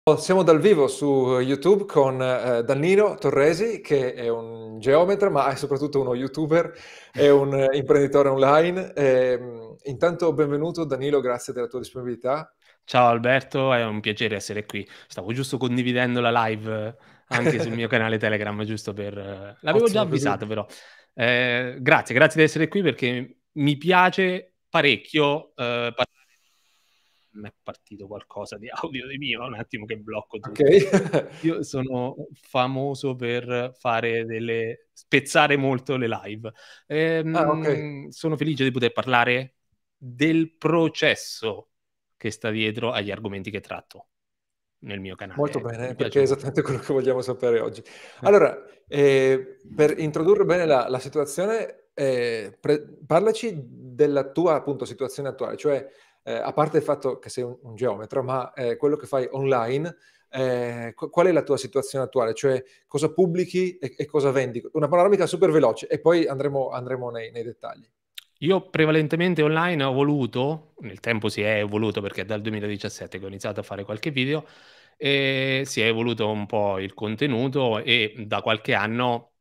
Siamo dal vivo su YouTube con Danilo Torresi, che è un geometra, ma è soprattutto uno YouTuber e un imprenditore online. Intanto benvenuto Danilo, grazie della tua disponibilità. Ciao Alberto, è un piacere essere qui. Stavo giusto condividendo la live anche sul mio canale Telegram, giusto per... L'avevo già Ottimo, così. avvisato però. Grazie di essere qui perché mi piace parecchio parlare. Mi è partito qualcosa di audio di mio, un attimo che blocco Ok. tutto. Io sono famoso per spezzare molto le live. Ah, ok. Sono felice di poter parlare del processo che sta dietro agli argomenti che tratto nel mio canale, Molto ecco. bene, Mi perché piace è molto. esattamente quello che vogliamo sapere oggi. Allora, per introdurre bene la situazione, parlaci della tua appunto situazione attuale, cioè a parte il fatto che sei un geometra, ma quello che fai online, qual è la tua situazione attuale? Cioè cosa pubblichi e cosa vendi? Una panoramica super veloce e poi andremo nei dettagli. Io prevalentemente online ho voluto, nel tempo si è evoluto perché è dal 2017 che ho iniziato a fare qualche video, si è evoluto un po' il contenuto e da qualche anno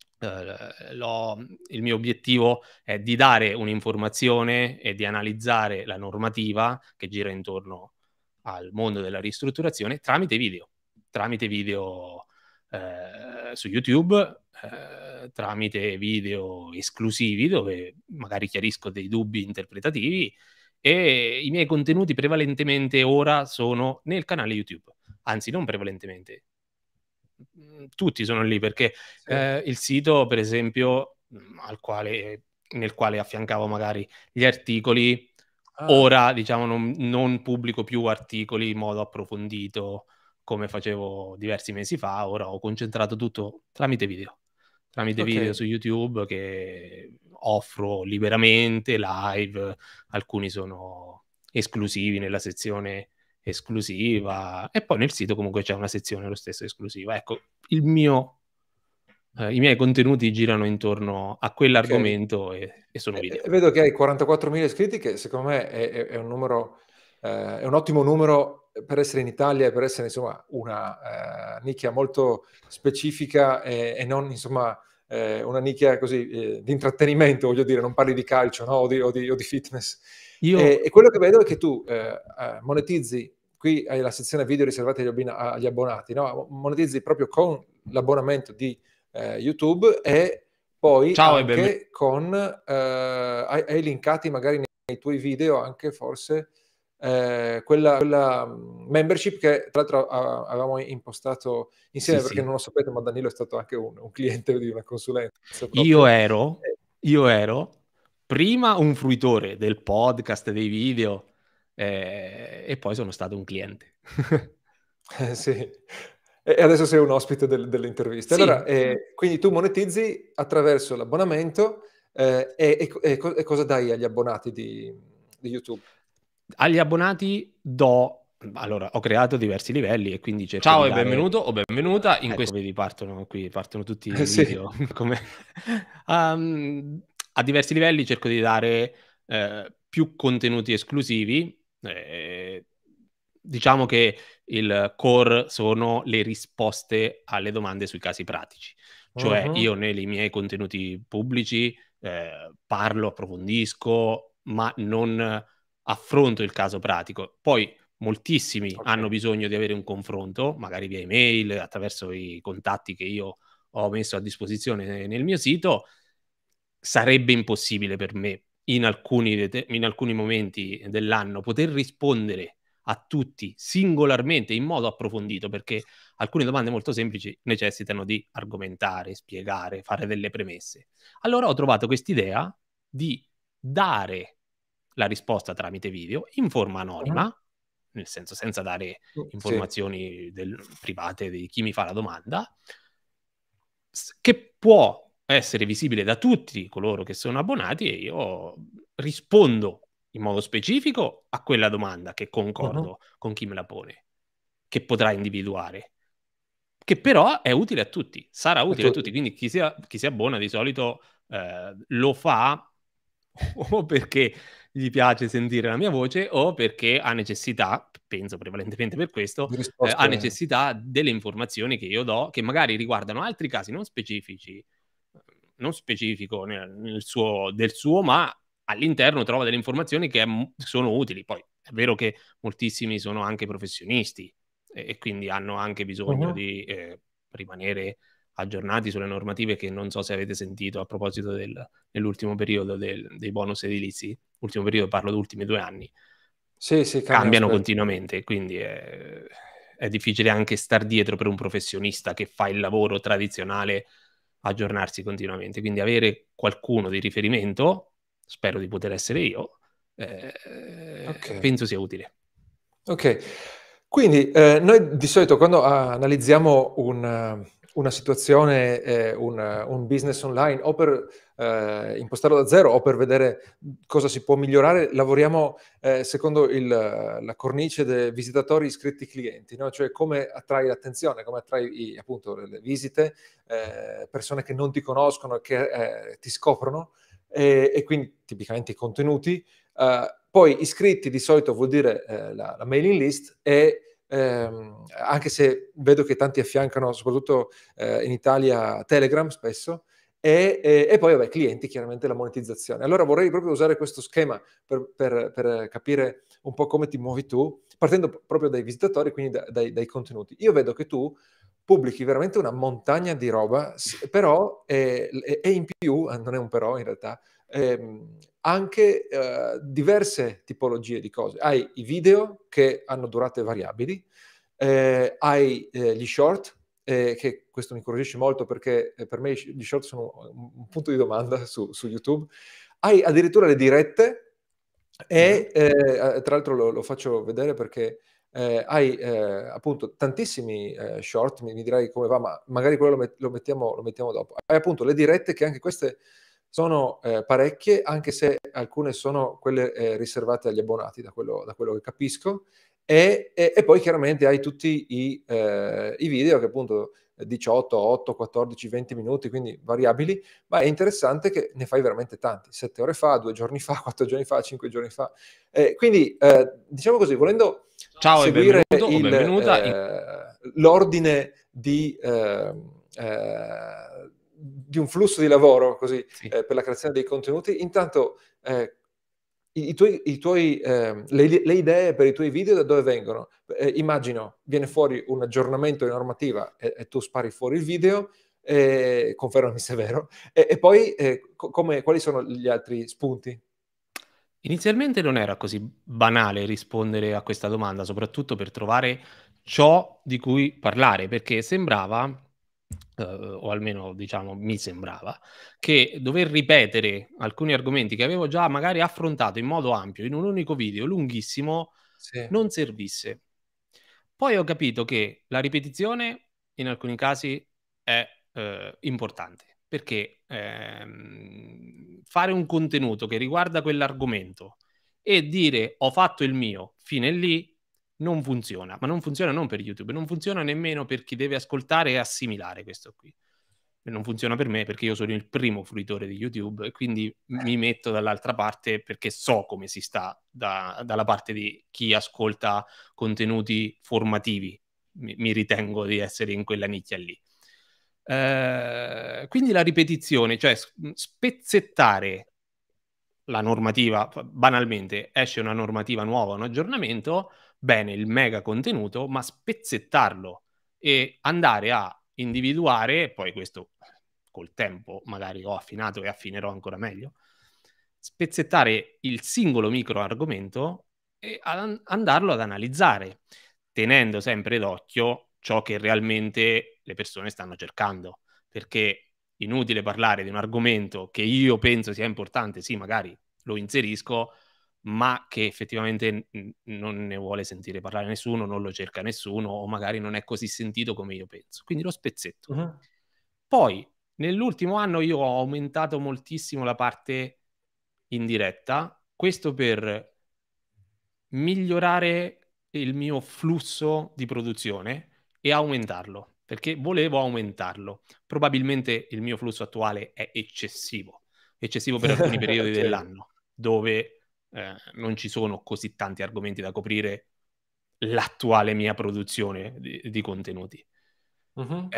il mio obiettivo è di dare un'informazione e di analizzare la normativa che gira intorno al mondo della ristrutturazione tramite video su YouTube, tramite video esclusivi dove magari chiarisco dei dubbi interpretativi e i miei contenuti prevalentemente ora sono nel canale YouTube, anzi non prevalentemente, tutti sono lì perché Sì. il sito per esempio nel quale affiancavo magari gli articoli, Ah, ora diciamo non pubblico più articoli in modo approfondito come facevo diversi mesi fa, ora ho concentrato tutto tramite ok. video su YouTube che offro liberamente, live, alcuni sono esclusivi nella sezione esclusiva e poi nel sito comunque c'è una sezione lo stesso esclusiva. Ecco, i miei contenuti girano intorno a Ok. quell'argomento e sono E video. vedo che hai 44.000 iscritti, che secondo me è un numero, è un ottimo numero per essere in Italia e per essere insomma una nicchia molto specifica e non insomma una nicchia così di intrattenimento, voglio dire, non parli di calcio, no? O di fitness. Io E quello che vedo è che tu monetizzi, qui hai la sezione video riservata agli abbonati, no? Monetizzi proprio con l'abbonamento di YouTube e poi ciao e benvenuto. anche con, hai linkati magari nei tuoi video anche forse quella membership che tra l'altro avevamo impostato Sì, insieme perché sì. non lo sapete, ma Danilo è stato anche un cliente di una consulenza Io proprio. ero io ero prima un fruitore del podcast, dei video, e poi sono stato un cliente. Sì. E adesso sei un ospite delle interviste. Allora, Sì, quindi tu monetizzi attraverso l'abbonamento e cosa dai agli abbonati di YouTube? agli abbonati allora, ho creato diversi livelli e quindi cerco Ciao di e dare benvenuto o benvenuta in ecco questo. vedi partono tutti i Sì, video come a diversi livelli cerco di dare, più contenuti esclusivi, diciamo che il core sono le risposte alle domande sui casi pratici. Cioè Mhm. io nei miei contenuti pubblici, parlo, approfondisco, ma non affronto il caso pratico. Poi moltissimi Ok. hanno bisogno di avere un confronto, magari via email, attraverso i contatti che io ho messo a disposizione nel mio sito. Sarebbe impossibile per me in alcuni momenti dell'anno poter rispondere a tutti singolarmente in modo approfondito, perché alcune domande molto semplici necessitano di argomentare, spiegare, fare delle premesse. Allora ho trovato quest'idea di dare la risposta tramite video in forma Mhm. anonima, nel senso senza dare Sì, informazioni private di chi mi fa la domanda, che può essere visibile da tutti coloro che sono abbonati e io rispondo in modo specifico a quella domanda che mhm. concordo con chi me la pone, che potrà individuare, che però è utile a tutti, sarà A utile a tutti, tutti. quindi chi si abbona di solito lo fa o perché gli piace sentire la mia voce o perché ha necessità, penso prevalentemente per questo, Di ha risposte. necessità delle informazioni che io do, che magari riguardano altri casi non specifici, non specifico del suo, ma all'interno trova delle informazioni che sono utili. Poi è vero che moltissimi sono anche professionisti e quindi hanno anche bisogno Mhm. di rimanere aggiornati sulle normative, che non so se avete sentito a proposito nell'ultimo periodo dei bonus edilizi. Ultimo periodo, parlo degli ultimi 2 anni, Sì, sì, cambiano cambiano spesso. continuamente, quindi è difficile anche star dietro per un professionista che fa il lavoro tradizionale, aggiornarsi continuamente. Quindi avere qualcuno di riferimento, spero di poter essere io, Ok. penso sia utile. Ok, quindi noi di solito quando analizziamo una situazione, un business online, o per impostarlo da zero o per vedere cosa si può migliorare, lavoriamo secondo la cornice dei visitatori iscritti clienti, no? Cioè come attrai l'attenzione, come attrai appunto le visite, persone che non ti conoscono, che ti scoprono, e quindi tipicamente i contenuti. Poi iscritti di solito vuol dire la mailing list, e anche se vedo che tanti affiancano, soprattutto in Italia, Telegram spesso, e poi vabbè, clienti, chiaramente la monetizzazione. Allora vorrei proprio usare questo schema per capire un po' come ti muovi tu, partendo proprio dai visitatori, quindi dai contenuti. Io vedo che tu pubblichi veramente una montagna di roba, però è in più, non è un però in realtà, anche diverse tipologie di cose. Hai i video che hanno durate variabili, hai gli short, che questo mi incuriosisce molto perché per me gli short sono un punto di domanda su YouTube. Hai addirittura le dirette Mhm. e tra l'altro lo faccio vedere perché hai appunto tantissimi short, mi dirai come va, ma magari quello lo mettiamo dopo. Hai appunto le dirette, che anche queste sono parecchie, anche se alcune sono quelle riservate agli abbonati, da quello che capisco, e poi chiaramente hai tutti i video che appunto 18, 8, 14, 20 minuti, quindi variabili, ma è interessante che ne fai veramente tanti, 7 ore fa, 2 giorni fa, 4 giorni fa, 5 giorni fa. Quindi, diciamo così, volendo Ciao e seguire benvenuto o benvenuta. l'ordine di un flusso di lavoro, così, Sì. per la creazione dei contenuti, intanto le idee per i tuoi video da dove vengono? Immagino viene fuori un aggiornamento di normativa e tu spari fuori il video, confermami se è vero, e poi quali sono gli altri spunti? Inizialmente non era così banale rispondere a questa domanda, soprattutto per trovare ciò di cui parlare, perché sembrava, o almeno diciamo mi sembrava, che dover ripetere alcuni argomenti che avevo già magari affrontato in modo ampio in un unico video lunghissimo Sì. non servisse. Poi ho capito che la ripetizione in alcuni casi è importante, perché fare un contenuto che riguarda quell'argomento e dire ho fatto il mio, fine lì, non funziona. Ma non funziona non per YouTube, non funziona nemmeno per chi deve ascoltare e assimilare questo qui. E non funziona per me perché io sono il primo fruitore di YouTube e quindi mi metto dall'altra parte perché so come si sta dalla parte di chi ascolta contenuti formativi. Mi ritengo di essere in quella nicchia lì. Quindi la ripetizione, cioè spezzettare la normativa, banalmente esce una normativa nuova, un aggiornamento, bene il mega contenuto, ma spezzettarlo e andare a individuare, poi questo col tempo magari ho affinato e affinerò ancora meglio, spezzettare il singolo micro argomento e andarlo ad analizzare, tenendo sempre d'occhio ciò che realmente le persone stanno cercando, perché inutile parlare di un argomento che io penso sia importante, sì, magari lo inserisco, ma che effettivamente non ne vuole sentire parlare nessuno, non lo cerca nessuno o magari non è così sentito come io penso. Quindi lo spezzetto. Mhm. Poi nell'ultimo anno io ho aumentato moltissimo la parte in diretta, questo per migliorare il mio flusso di produzione e aumentarlo, perché volevo aumentarlo. Probabilmente il mio flusso attuale è eccessivo eccessivo per alcuni periodi Ok. dell'anno, dove non ci sono così tanti argomenti da coprire l'attuale mia produzione di contenuti. Mhm.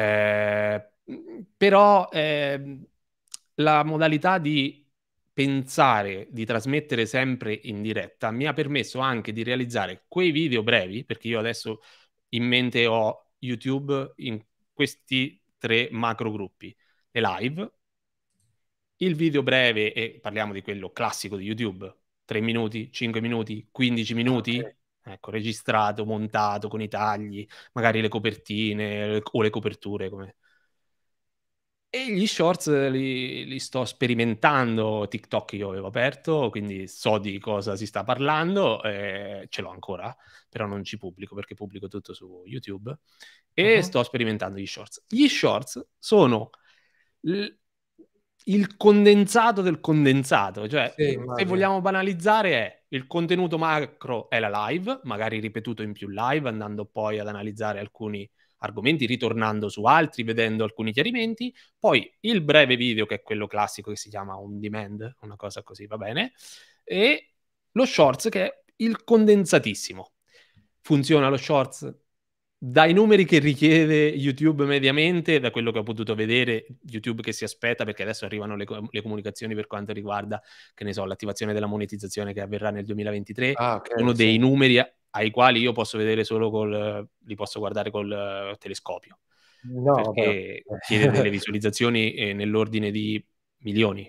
Però la modalità di pensare di trasmettere sempre in diretta mi ha permesso anche di realizzare quei video brevi, perché io adesso in mente ho YouTube in questi 3 macro gruppi: le live, il video breve, e parliamo di quello classico di YouTube, 3 minuti, 5 minuti, 15 Ok. minuti, ecco, registrato, montato con i tagli, magari le copertine o le coperture come. E gli shorts li sto sperimentando. TikTok io avevo aperto, quindi so di cosa si sta parlando, ce l'ho ancora, però non ci pubblico perché pubblico tutto su YouTube e Mhm. sto sperimentando gli shorts. Gli shorts sono l il condensato del condensato, cioè Sì, se immagino. vogliamo banalizzare è il contenuto macro è la live, magari ripetuto in più live, andando poi ad analizzare alcuni argomenti, ritornando su altri, vedendo alcuni chiarimenti, poi il breve video che è quello classico che si chiama on demand, una cosa così, va bene, e lo shorts che è il condensatissimo. Funziona lo shorts? Dai numeri che richiede YouTube mediamente, da quello che ho potuto vedere, YouTube che si aspetta, perché adesso arrivano le comunicazioni per quanto riguarda, che ne so, l'attivazione della monetizzazione che avverrà nel 2023, Ah, ok, sono dei sì. numeri ai quali io posso vedere solo li posso guardare col telescopio, No, vabbè. perché chiede delle visualizzazioni nell'ordine di milioni.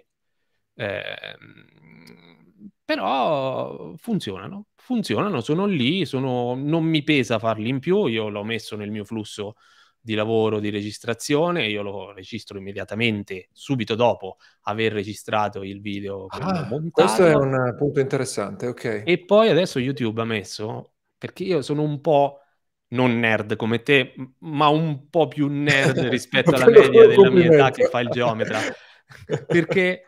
Però funzionano, sono lì, non mi pesa farli in più, io l'ho messo nel mio flusso di lavoro, di registrazione, io lo registro immediatamente, subito dopo aver registrato il video per Ah, questo è montarlo. un punto interessante, ok. E poi adesso YouTube ha messo, perché io sono un po' non nerd come te, ma un po' più nerd Lo rispetto alla prendo come media un della mia età che complimento. fa il geometra, perché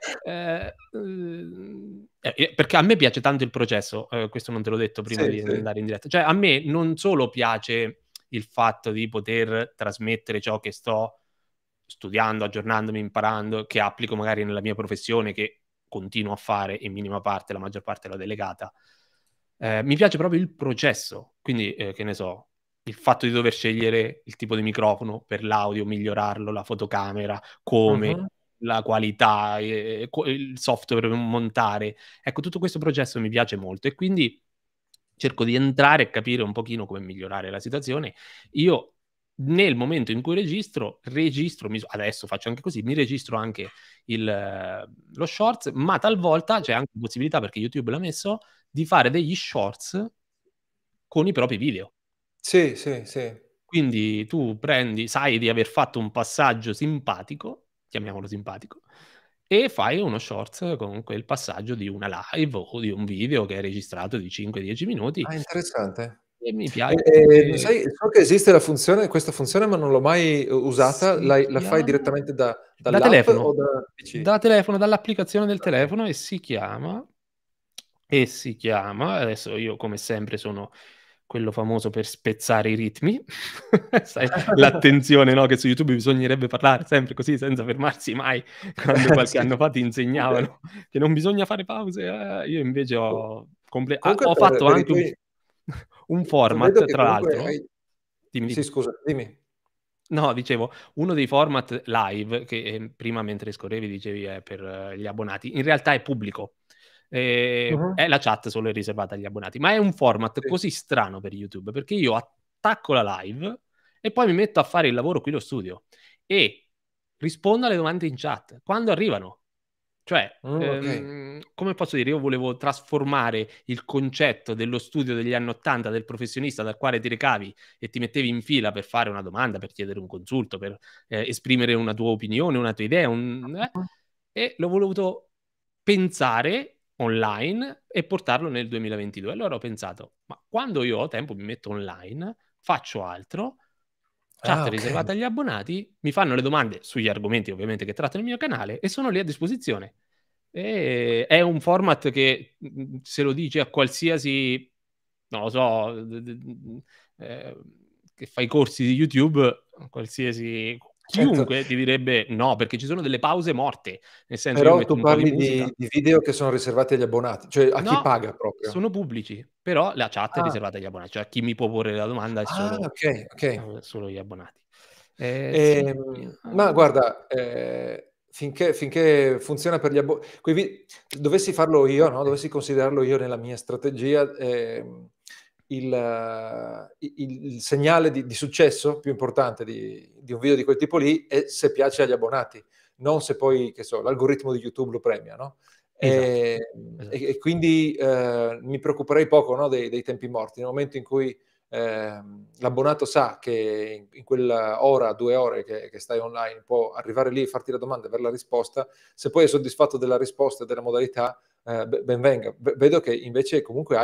perché a me piace tanto il processo, questo non te l'ho detto prima Sì, di sì. andare in diretta. Cioè a me non solo piace il fatto di poter trasmettere ciò che sto studiando, aggiornandomi, imparando, che applico magari nella mia professione, che continuo a fare in minima parte, la maggior parte l'ho delegata. Mi piace proprio il processo, quindi, che ne so, il fatto di dover scegliere il tipo di microfono per l'audio, migliorarlo, la fotocamera, come, Mhm. la qualità, il software per montare. Ecco, tutto questo processo mi piace molto e quindi cerco di entrare e capire un pochino come migliorare la situazione. Io nel momento in cui registro, adesso faccio anche così, mi registro anche lo shorts, ma talvolta c'è anche possibilità, perché YouTube l'ha messo, di fare degli shorts con i propri video. Sì, sì, sì. Quindi tu sai di aver fatto un passaggio simpatico, chiamiamolo simpatico, e fai uno shorts con quel passaggio di una live o di un video che hai registrato di 5-10 minuti Ah, interessante. e mi piace perché Sai, so che esiste questa funzione, ma non l'ho mai usata. si La fai chiama direttamente da dall'app o telefono, da PC? da telefono, dall'applicazione del Okay. telefono adesso io come sempre sono quello famoso per spezzare i ritmi, sai l'attenzione, no, che su YouTube bisognerebbe parlare sempre così senza fermarsi mai, quando qualche Sì. anno fa ti Okay. insegnavano che non bisogna fare pause, io invece Co comunque ho fatto per i anche tuoi un vedo format che tra comunque l'altro. hai sì, Dimmi. scusa, dimmi. No, dicevo, uno dei format live che, prima mentre scorrevi dicevi è per gli abbonati, in realtà è pubblico. Mh-mh. È la chat solo è riservata agli abbonati, ma è un format Sì. così strano per YouTube, perché io attacco la live e poi mi metto a fare il lavoro qui allo studio e rispondo alle domande in chat, quando arrivano. Cioè, Okay. come posso dire, io volevo trasformare il concetto dello studio degli anni '80 del professionista dal quale ti recavi e ti mettevi in fila per fare una domanda, per chiedere un consulto, per, esprimere una tua opinione, una tua idea, Mh-mh. e l'ho voluto pensare online e portarlo nel 2022. Allora ho pensato: "Ma quando io ho tempo mi metto online, faccio altro, chat Ah, okay. riservata agli abbonati, mi fanno le domande sugli argomenti ovviamente che tratto nel mio canale e sono lì a disposizione." È un format che, se lo dici a qualsiasi, non lo so, che fa i corsi di YouTube, qualsiasi Certo. chiunque ti direbbe no, perché ci sono delle pause morte, nel senso io Però metto tu un po' di parli musica. di video che sono riservati agli abbonati, cioè a chi No, paga proprio. sono pubblici, però la chat è Ah. riservata agli abbonati, cioè chi mi può porre la domanda è Ah, solo okay. solo gli abbonati. Sì, Ma guarda, finché funziona per gli quei dovessi farlo io, no, dovessi considerarlo io nella mia strategia, il segnale di successo più importante di un video di quel tipo lì è se piace agli abbonati, non se poi, che so, l'algoritmo di YouTube lo premia, no? esatto, E quindi, mi preoccuperei poco, no, dei tempi morti. Nel momento in cui l'abbonato sa che in quella ora, 2 ore che stai online può arrivare lì, farti la domanda e avere la risposta, se poi è soddisfatto della risposta e della modalità, ben venga. Vedo che invece comunque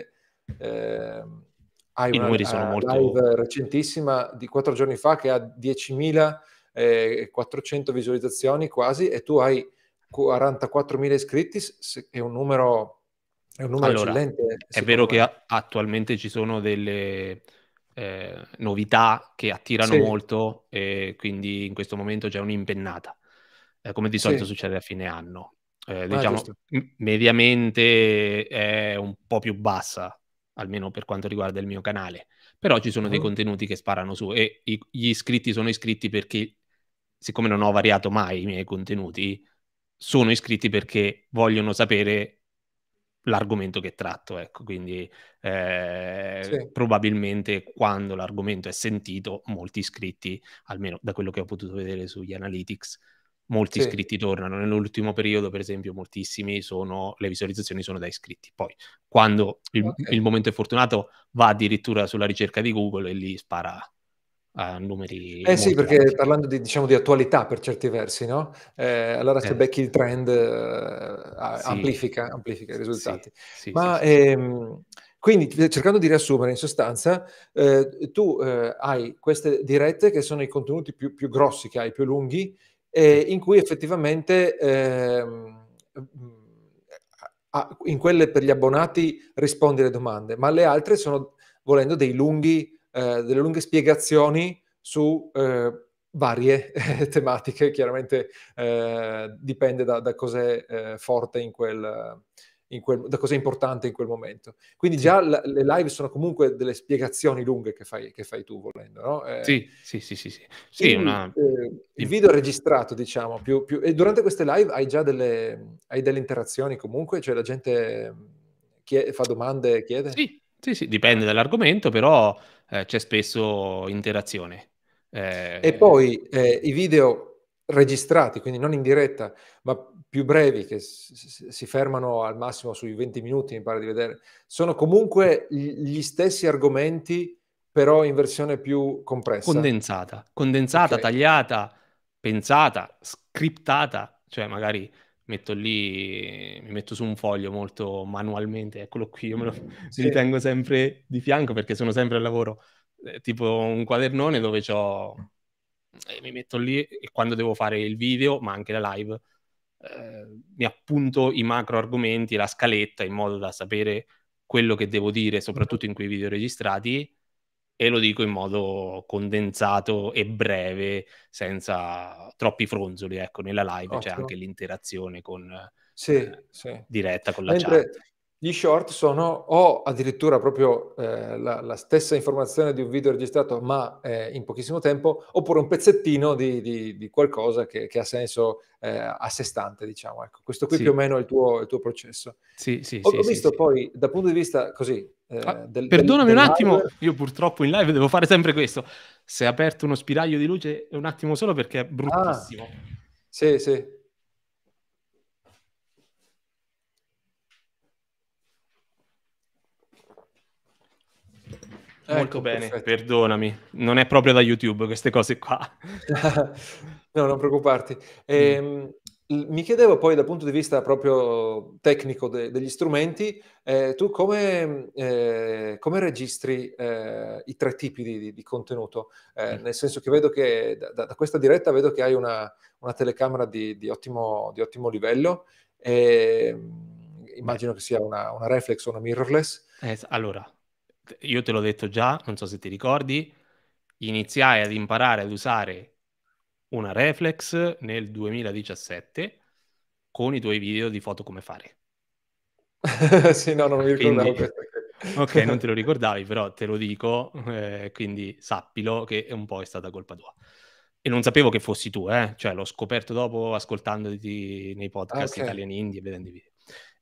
hai i una numeri sono molto. live recentissima di 4 giorni fa che ha 10.400 visualizzazioni quasi, e tu hai 44.000 iscritti, è un numero Allora, eccellente, è vero secondo che me. attualmente ci sono delle novità che attirano Sì, molto e quindi in questo momento c'è un'impennata, come di solito sì. succede a fine anno. Ah, Diciamo giusto. mediamente è un po' più bassa, almeno per quanto riguarda il mio canale, però ci sono dei Mh-mh. contenuti che sparano su e gli iscritti sono iscritti perché, siccome non ho variato mai i miei contenuti, sono iscritti perché vogliono sapere l'argomento che tratto, ecco. Quindi, Sì, probabilmente quando l'argomento è sentito, molti iscritti, almeno da quello che ho potuto vedere sugli analytics, molti sì. iscritti tornano. Nell'ultimo periodo, per esempio, moltissimi sono le visualizzazioni sono da iscritti. Poi, quando il Okay. momento è fortunato, va addirittura sulla ricerca di Google e lì spara a numeri Eh sì, molto perché alti. parlando diciamo di attualità per certi versi, no, allora se Eh, becchi il trend, sì, amplifica i sì, risultati. sì, sì, Ma, sì, sì. quindi cercando di riassumere in sostanza, tu, hai queste dirette che sono i contenuti più grossi che hai, più lunghi, Sì. in cui effettivamente, mhmm, in quelle per gli abbonati rispondi alle domande, ma le altre sono, volendo, delle lunghe spiegazioni su varie tematiche. Chiaramente dipende da cos'è forte da cos'è importante in quel momento. Quindi Sì. già le live sono comunque delle spiegazioni lunghe che fai tu, volendo, no? Sì, sì, sì, sì, sì. Sì, una Il dimmi. video registrato, diciamo, e durante queste live hai delle interazioni comunque? Cioè la gente fa domande, chiede? Sì, sì, sì, Ah. dipende dall'argomento, però, c'è spesso interazione. E Ehm, poi, i video registrati, quindi non in diretta, ma più brevi, che si fermano al massimo sui 20 minuti, mi pare di vedere, sono comunque gli stessi argomenti, però in versione più compressa? condensata, Okay. tagliata, pensata, scriptata, cioè magari metto lì mi metto su un foglio molto manualmente, eccolo qui, io me li Sì, tengo sempre di fianco perché sono sempre al lavoro, tipo un quadernone dove c'ho mi metto lì e quando devo fare il video, ma anche la live, mi appunto i macro argomenti, la scaletta in modo da sapere quello che devo dire, mh-mh, soprattutto in quei video registrati, e lo dico in modo condensato e breve, senza troppi fronzoli, ecco. Nella live c'è anche ottimo. l'interazione Sì, sì. diretta con la chat. Mentre gli short sono o addirittura proprio, la stessa informazione di un video registrato, ma, in pochissimo tempo, oppure un pezzettino di qualcosa che ha senso, a sé stante, diciamo, ecco. Questo qui più o Sì, meno è il tuo processo. sì, sì, Ho sì, sì, visto sì. poi dal punto di vista così, Perdonami un del attimo, live. io purtroppo in live devo fare sempre questo. Si è aperto uno spiraglio di luce, un attimo solo perché è Ah, bruttissimo. sì, sì. Molto Ecco, bene, perfetto. perdonami. Non è proprio da YouTube queste cose qua. No, non preoccuparti. Dimmi. Mi chiedevo poi dal punto di vista proprio tecnico degli strumenti, tu come registri, i 3 tipi di contenuto? Mh. Nel senso che vedo che da questa diretta vedo che hai una telecamera di ottimo livello, Beh, immagino che sia una reflex o una mirrorless. allora, io te l'ho detto già, non so se ti ricordi, iniziai ad imparare ad usare una reflex nel 2017 con i tuoi video di foto come fare. Sì, no, non mi ricordavo Quindi, questo. ok, non te lo ricordavi, però te lo dico, quindi sappilo che un po' è stata colpa tua. E non sapevo che fossi tu, cioè l'ho scoperto dopo ascoltandoti nei Ah, podcast ok. Italian Indie e vedendo i video.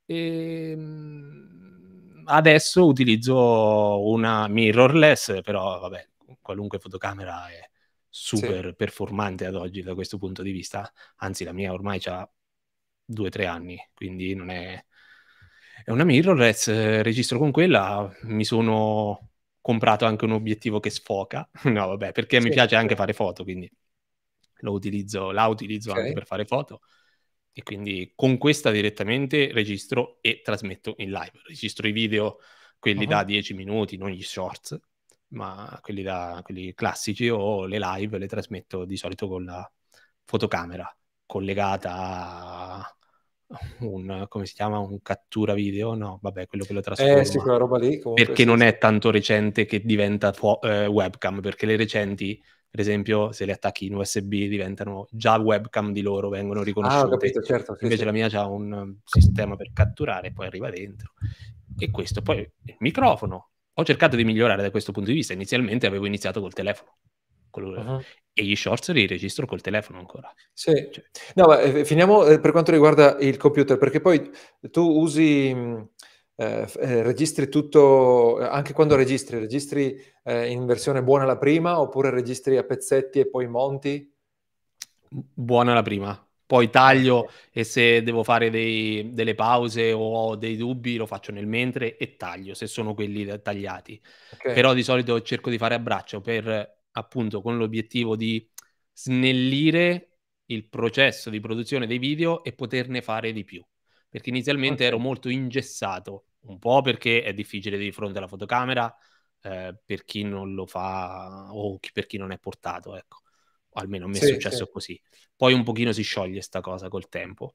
Adesso utilizzo una mirrorless, però vabbè, qualunque fotocamera è Sì. super performante ad oggi da questo punto di vista, anzi la mia ormai ha 2-3 anni, quindi non è... È una mirrorless, registro con quella, mi sono comprato anche un obiettivo che sfoca, no vabbè, perché mi Sì, piace sì. anche fare foto, quindi la utilizzo anche Ok. per fare foto, e quindi con questa direttamente registro e trasmetto in live. Registro i video, quelli da 10 minuti, non gli shorts, ma quelli classici, o le live le trasmetto di solito con la fotocamera collegata a come si chiama? Un cattura video? No, vabbè, quello che lo Sì, trasforma. quella roba lì, comunque, Perché sì, non sì. è tanto recente che diventa webcam, perché le recenti, per esempio, se le attacchi in USB diventano già webcam di loro, vengono Ah, ho riconosciute. capito, certo, sì, Invece sì. la mia ha un sistema per catturare e poi arriva dentro. E questo, poi il microfono. Ho cercato di migliorare da questo punto di vista. Inizialmente avevo iniziato col telefono. Mhm. E gli shorts li registro col telefono ancora. Sì. Cioè, No, ma finiamo per quanto riguarda il computer, perché poi tu usi, registri tutto, anche quando registri in versione buona la prima, oppure registri a pezzetti e poi monti? buona la prima. Poi Ah, taglio, ok. e se devo fare delle pause o ho dei dubbi lo faccio nel mentre e taglio, se sono quelli tagliati. Ok. Però di solito cerco di fare a braccio per, appunto, con l'obiettivo di snellire il processo di produzione dei video e poterne fare di più. Perché inizialmente ero Ok. molto ingessato, un po' perché è difficile di fronte alla fotocamera, per chi non lo fa o per chi non è portato, ecco. O almeno a me è Sì, sì. successo così. Poi un pochino si scioglie sta cosa col tempo.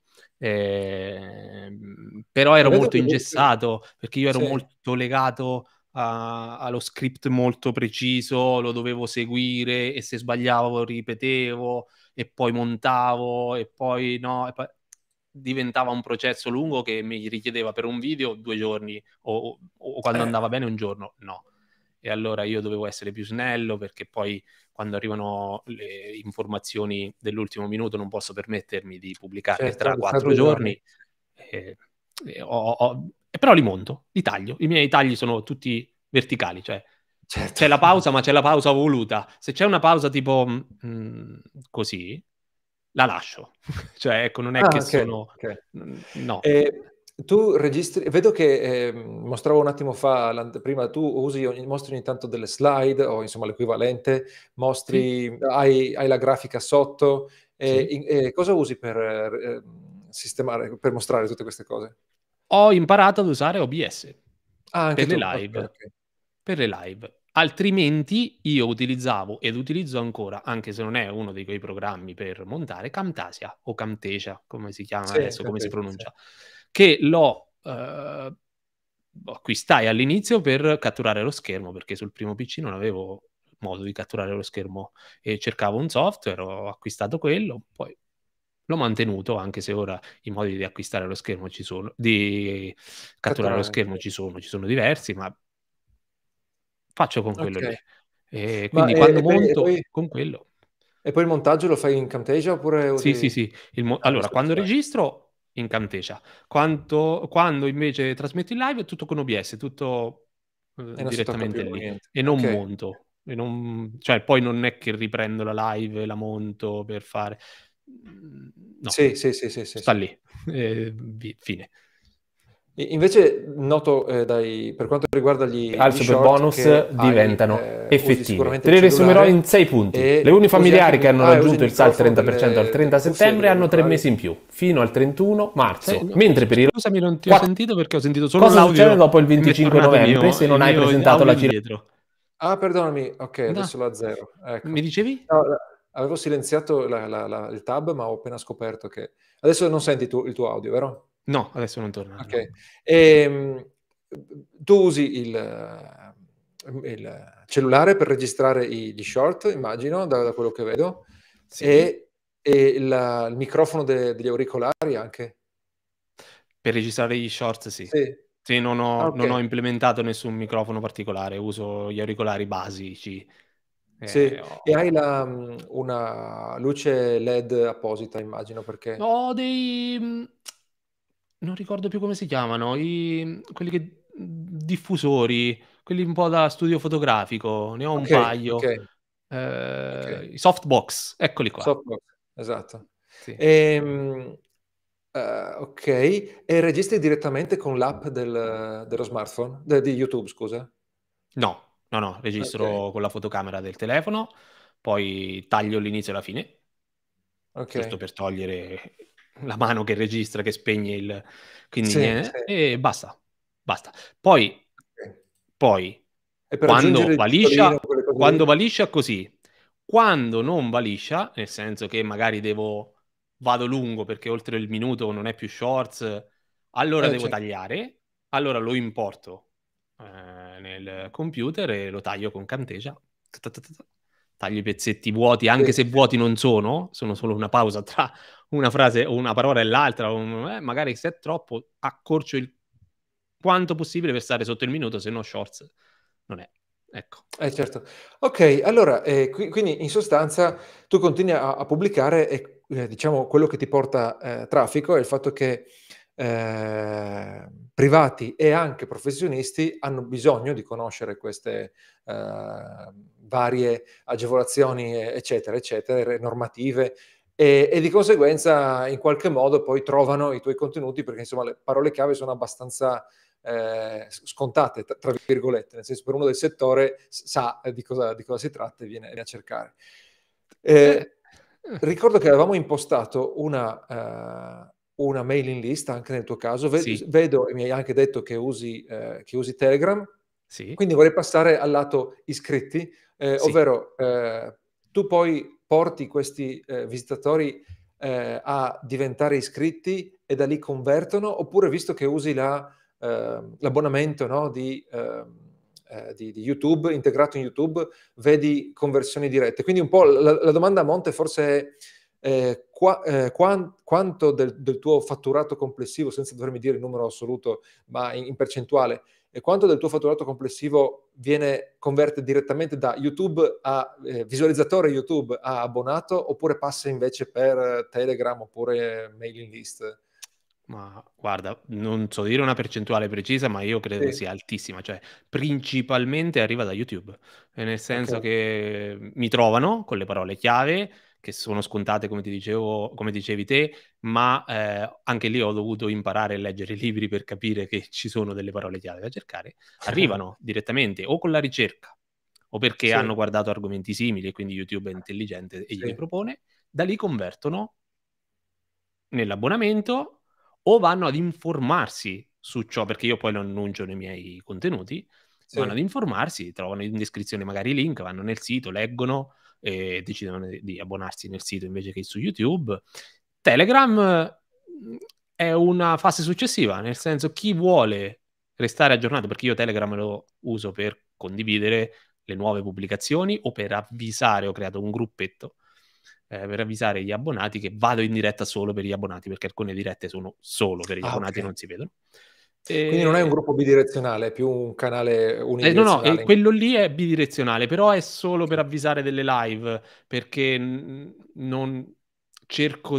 Però E ero vedo molto che ingessato, perché io ero sì, molto legato allo script molto preciso, lo dovevo seguire, e se sbagliavo ripetevo e poi montavo e poi no, e poi diventava un processo lungo che mi richiedeva per un video 2 giorni, o quando eh, andava bene un giorno, no. E allora io dovevo essere più snello, perché poi quando arrivano le informazioni dell'ultimo minuto non posso permettermi di pubblicarle certo, tra di fare 4 due giorni. giorni. Però li monto, li taglio. I miei tagli sono tutti verticali, cioè Certo. c'è la pausa, ma c'è la pausa voluta. Se c'è una pausa tipo così, la lascio. Cioè, ecco, non è che Ah, ok, sono... ok. No. E tu registri, vedo che mostravo un attimo fa l'anteprima, tu mostri ogni tanto delle slide o insomma l'equivalente, Sì, hai la grafica sotto, sì. e cosa usi per sistemare, per mostrare tutte queste cose? Ho imparato ad usare OBS Ah, anche per le tu, ok, live. ok. Per le live. Altrimenti io utilizzavo ed utilizzo ancora, anche se non è uno di quei programmi per montare, Camtasia o Camtasia, come si chiama Sì, adesso, come si capito, sì. pronuncia, che acquistai all'inizio per catturare lo schermo, perché sul primo PC non avevo modo di catturare lo schermo e cercavo un software, ho acquistato quello, poi l'ho mantenuto, anche se ora i modi di acquistare lo schermo ci sono, di catturare lo Catturare, schermo ci sono diversi, ma faccio con quello lì. ok. Ma Quindi quando e monto poi, con quello... il montaggio lo fai in Camtasia oppure Sì, sì, usi... sì. Ah, Allora, adesso lo quando fai. registro in Camtasia, quando invece trasmetto in live è tutto con OBS, tutto E non si tocca direttamente più lì. niente. E non Ok. monto. Cioè, poi non è che riprendo la live e la monto per fare... No, Sì, sì, sì, sì, sì, sta sì. lì. Fine. Invece noto per quanto riguarda Al gli super short bonus che diventano usi effettive. sicuramente Te il li riassumerò in cellulare 6 punti. Le e usi anche unifamiliari che hanno usi il raggiunto il SAL microfono 30% al 30 delle cuffie, settembre degli hanno 3 auricolari. mesi in più, fino al 31 marzo. No, Mentre per i scusami, non ti ho 4... sentito perché ho sentito solo Cosa succede l'audio dopo il e mi è 25 tornato novembre se non il hai mio presentato audio la circolare? indietro. Ah, perdonami, ok, No, adesso la zero. mi Ecco. dicevi? No, avevo silenziato il tab, ma ho appena scoperto che... Adesso non senti il tuo audio, vero? No, adesso non è tornato, no. Ok. Ehm, Tu usi il cellulare per registrare gli short, immagino, da quello che vedo, Sì. E il microfono degli auricolari anche? Per registrare gli shorts sì. Sì. Sì, non Ah, ho ok. implementato nessun microfono particolare, uso gli auricolari basici. Sì, e hai Ho una luce LED apposita, immagino, perché... ho dei non ricordo più come si chiamano, quelli che diffusori, quelli un po' da studio fotografico, ne ho un Ok, ok, paio. ok. I softbox, eccoli qua. Softbox, esatto. Sì. Ehm, ok, e registri direttamente con l'app dello smartphone? Di YouTube, scusa. No, no, no, Ok, registro con la fotocamera del telefono, poi taglio l'inizio e la fine, ok. giusto per togliere la mano che registra, che spegne il quindi Sì, sì. e basta, basta. Poi Ok. poi E per aggiungere il pistolino, quelle cose quando lì? va liscia così, quando non va liscia, nel senso che magari vado lungo perché oltre il minuto non è più shorts, allora devo Certo. tagliare, allora lo importo, nel computer e lo taglio con Camtasia. Ta ta ta ta ta. Taglio i pezzetti vuoti, Sì, anche se sì. vuoti non sono solo una pausa tra una frase o una parola e l'altra, magari se è troppo accorcio il quanto possibile per stare sotto il minuto, se no shorts non è. Ecco. Certo. Ok, allora, quindi in sostanza tu continui a pubblicare e diciamo quello che ti porta traffico è il fatto che privati e anche professionisti hanno bisogno di conoscere queste varie agevolazioni, eccetera, eccetera, normative, e di conseguenza in qualche modo poi trovano i tuoi contenuti perché insomma le parole chiave sono abbastanza scontate, tra virgolette, nel senso per uno del settore sa di cosa si tratta e viene a cercare. Eh, Ricordo che avevamo impostato una mailing list anche nel tuo caso. sì, Vedo e mi hai anche detto che che usi Telegram, sì, quindi vorrei passare al lato iscritti, sì. ovvero tu poi porti questi visitatori a diventare iscritti e da lì convertono, oppure visto che usi l'abbonamento, no, di YouTube, integrato in YouTube, vedi conversioni dirette. Quindi un po' la domanda a monte forse è quanto del tuo fatturato complessivo, senza dovermi dire il numero assoluto, ma in percentuale, e quanto del tuo fatturato complessivo converte direttamente da YouTube a visualizzatore YouTube a abbonato, oppure passa invece per Telegram oppure mailing list? Ma guarda, non so dire una percentuale precisa, ma io credo Sì, sia altissima, cioè principalmente arriva da YouTube, nel ok, senso che mi trovano con le parole chiave che sono scontate come ti dicevo come dicevi te, ma, anche lì ho dovuto imparare a leggere i libri per capire che ci sono delle parole chiave da cercare. Arrivano direttamente o con la ricerca o perché sì, hanno guardato argomenti simili e quindi YouTube è intelligente e glieli sì, propone, da lì convertono nell'abbonamento o vanno ad informarsi su ciò, perché io poi lo annuncio nei miei contenuti, vanno ad sì. informarsi, trovano in descrizione magari i link, vanno nel sito, leggono e decidono di abbonarsi nel sito invece che su YouTube. Telegram, è una fase successiva, nel senso chi vuole restare aggiornato, perché io Telegram lo uso per condividere le nuove pubblicazioni o per avvisare, ho creato un gruppetto per avvisare gli abbonati che vado in diretta solo per gli abbonati, perché alcune dirette sono solo per gli Ah, abbonati e ok. non si vedono. Quindi non è un E gruppo bidirezionale, è più un canale no, no, unidirezionale. quello lì è bidirezionale, però è solo per avvisare delle live, perché, non cerco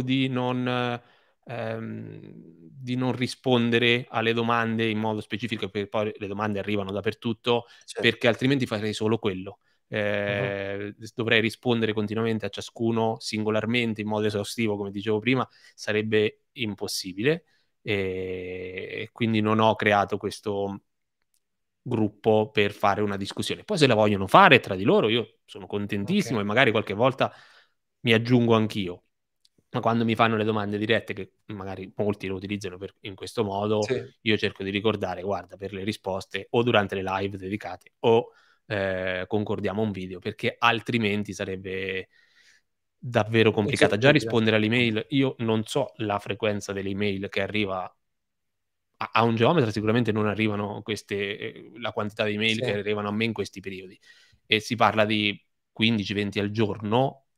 di non rispondere alle domande in modo specifico, perché poi le domande arrivano dappertutto, Certo. perché altrimenti farei solo quello. Mhm. Dovrei rispondere continuamente a ciascuno singolarmente in modo esaustivo, come dicevo prima, sarebbe impossibile, e quindi non ho creato questo gruppo per fare una discussione. Poi se la vogliono fare tra di loro, io sono contentissimo Ok. e magari qualche volta mi aggiungo anch'io. Ma quando mi fanno le domande dirette, che magari molti lo utilizzano in questo modo, Sì, io cerco di ricordare, guarda, per le risposte o durante le live dedicate o concordiamo un video, perché altrimenti sarebbe davvero complicata. Già ingestibile. rispondere all'email, io non so la frequenza delle email che arriva a un geometra, sicuramente non arrivano la quantità di email Sì, che arrivano a me in questi periodi, e si parla di 15, 20 al giorno,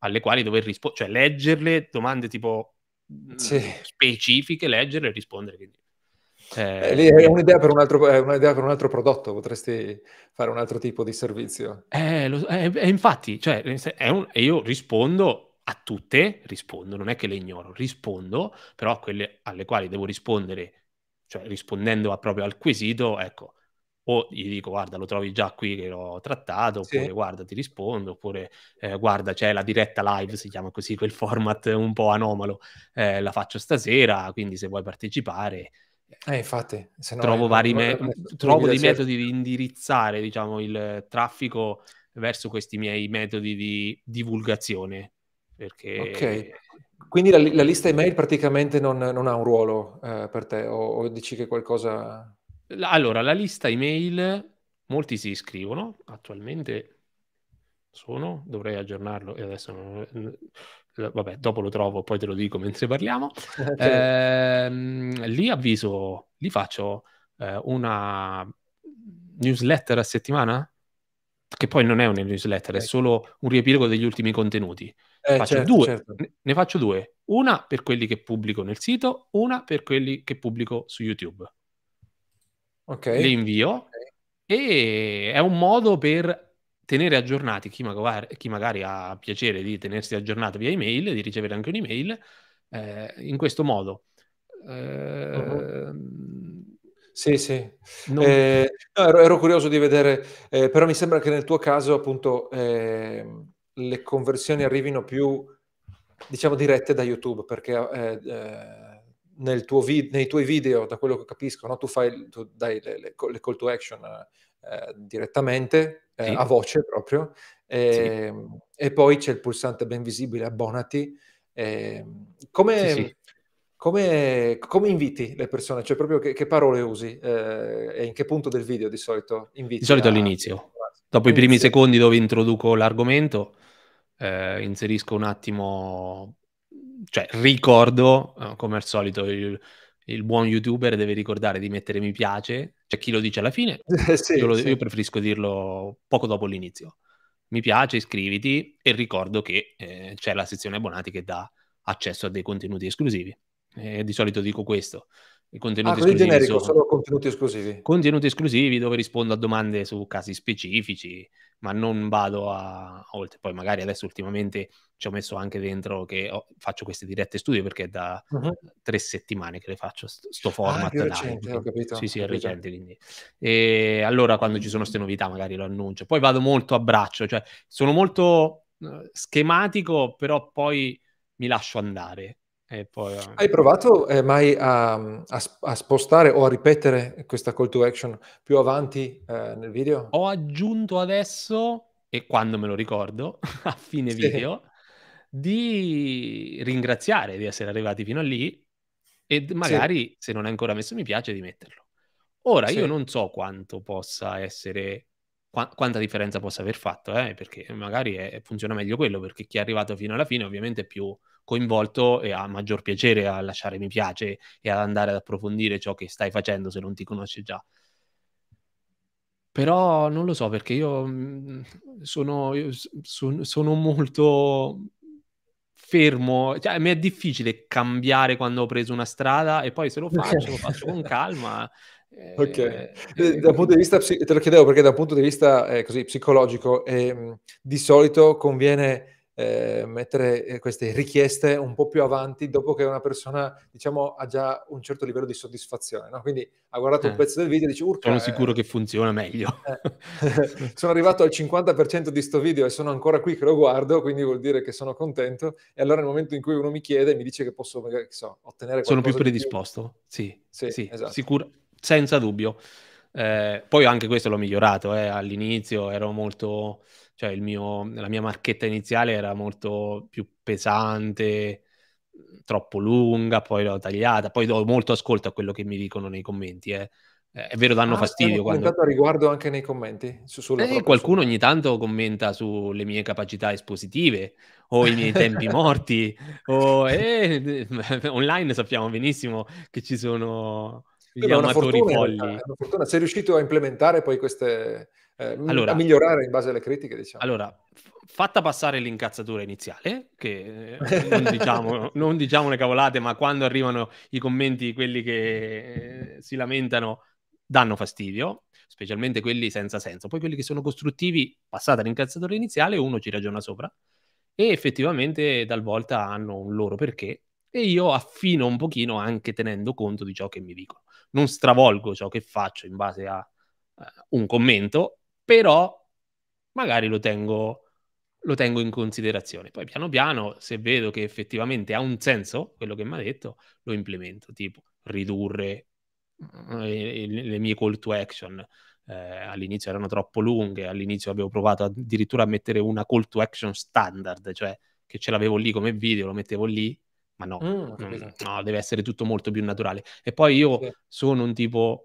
alle quali dover rispondere, cioè leggerle, domande tipo Sì. specifiche, leggerle e rispondere. Quindi, lì è un'idea per un altro prodotto, potresti fare un altro tipo di servizio. infatti, cioè, io rispondo a tutte, non è che le ignoro, rispondo, però a quelle alle quali devo rispondere, cioè rispondendo proprio al quesito, ecco, o gli dico guarda lo trovi già qui che l'ho trattato, Sì. oppure guarda ti rispondo, oppure guarda c'è la diretta live, si chiama così, quel format un po' anomalo, la faccio stasera, quindi se vuoi partecipare. Infatti, se no Trovo trovo dei certo. metodi di indirizzare, diciamo, il traffico verso questi miei metodi di divulgazione, Ok, perché quindi la lista email praticamente non ha un ruolo per te, o dici che qualcosa... allora, la lista email, molti si iscrivono, attualmente dovrei aggiornarlo e adesso vabbè, dopo lo trovo, poi te lo dico mentre parliamo. Ok. Lì faccio una newsletter a settimana, che poi non è una newsletter, è solo un riepilogo degli ultimi contenuti. Faccio Certo, due, certo. ne faccio due, una per quelli che pubblico nel sito, una per quelli che pubblico su YouTube. Ok. Le invio e è un modo per tenere aggiornati chi magari ha piacere di tenersi aggiornato via email, di ricevere anche un'email in questo modo. Sì, sì. Non... No, ero curioso di vedere, però mi sembra che nel tuo caso appunto le conversioni arrivino più, diciamo, dirette da YouTube, perché nei tuoi video, da quello che capisco, no, tu dai le call to action direttamente, a Sì, voce proprio, sì, e poi c'è il pulsante ben visibile, abbonati. sì, sì. Come inviti le persone? Cioè proprio che parole usi e in che punto del video di solito Di inviti solito a... all'inizio. Dopo i primi All'inizio? secondi dove introduco l'argomento, inserisco un attimo, cioè ricordo, come al solito, il buon youtuber deve ricordare di mettere mi piace. C'è chi lo dice alla fine, Sì, io sì. preferisco dirlo poco dopo l'inizio. Mi piace, iscriviti e ricordo che c'è la sezione abbonati che dà accesso a dei contenuti esclusivi. Di solito dico questo. I contenuti Così esclusivi generico, sono solo contenuti esclusivi. contenuti esclusivi dove rispondo a domande su casi specifici, ma non vado a oltre. Poi magari adesso ultimamente ci ho messo anche dentro che faccio queste dirette studio perché è da Mhm. 3 settimane che le faccio sto Ah, è più format live, recente, ho quindi capito, sì, ho sì, è capito. recente, quindi allora quando ci sono 'ste novità magari lo annuncio. Poi vado molto a braccio, cioè sono molto, schematico, però poi mi lascio andare e poi Hai provato mai a spostare o a ripetere questa call to action più avanti nel video? ho aggiunto adesso, e quando me lo ricordo, a fine Sì, video, di ringraziare di essere arrivati fino a lì e sì, magari, se non hai ancora messo mi piace, di metterlo. Ora, io sì. non so quanto possa essere quanta differenza possa aver fatto, perché magari funziona meglio quello, perché chi è arrivato fino alla fine ovviamente è più coinvolto e ha maggior piacere a lasciare mi piace e ad andare ad approfondire ciò che stai facendo se non ti conosce già. Però non lo so perché io, sono molto fermo, cioè mi è difficile cambiare quando ho preso una strada e poi se lo faccio con calma, Okay. Da un punto quindi di vista te lo chiedevo perché da un punto di vista, così psicologico, di solito conviene, mettere, queste richieste un po' più avanti dopo che una persona, diciamo, ha già un certo livello di soddisfazione, no, quindi ha guardato un eh, pezzo del video e dice: sono "Urca, sicuro che funziona meglio. eh, sono arrivato al 50% di 'sto video e sono ancora qui che lo guardo, quindi vuol dire che sono contento". E allora nel momento in cui uno mi chiede, mi dice che posso magari, che so, ottenere Sono più qualcosa di più. predisposto, sì, Sì, sì, esatto. senza dubbio. Poi anche questo l'ho migliorato, all'inizio ero molto, cioè la mia marchetta iniziale era molto più pesante, troppo lunga, poi l'ho tagliata, poi do molto ascolto a quello che mi dicono nei commenti, eh. È vero, danno Ti hanno fastidio quando commentato a riguardo anche nei commenti? Sulla proprio qualcuno sulla ogni tanto commenta sulle mie capacità espositive o i miei tempi morti o online sappiamo benissimo che ci sono Beh, gli ma è una amatori fortuna in realtà, è folli. una fortuna. Sei riuscito a implementare poi queste a migliorare in base alle critiche, diciamo. Allora, fatta passare l'incazzatura iniziale, che non diciamo le cavolate, ma quando arrivano i commenti, quelli che si lamentano, danno fastidio, specialmente quelli senza senso. Poi quelli che sono costruttivi, passata l'incazzatura iniziale, uno ci ragiona sopra e effettivamente talvolta hanno un loro perché, e io affino un pochino anche tenendo conto di ciò che mi dicono. Non stravolgo ciò che faccio in base a un commento, però magari lo tengo in considerazione. Poi piano piano, se vedo che effettivamente ha un senso quello che mi ha detto, lo implemento, tipo ridurre le mie call to action. All'inizio erano troppo lunghe, all'inizio avevo provato addirittura a mettere una call to action standard, cioè che ce l'avevo lì come video, lo mettevo lì, ma no, no, deve essere tutto molto più naturale. E poi io sono un tipo,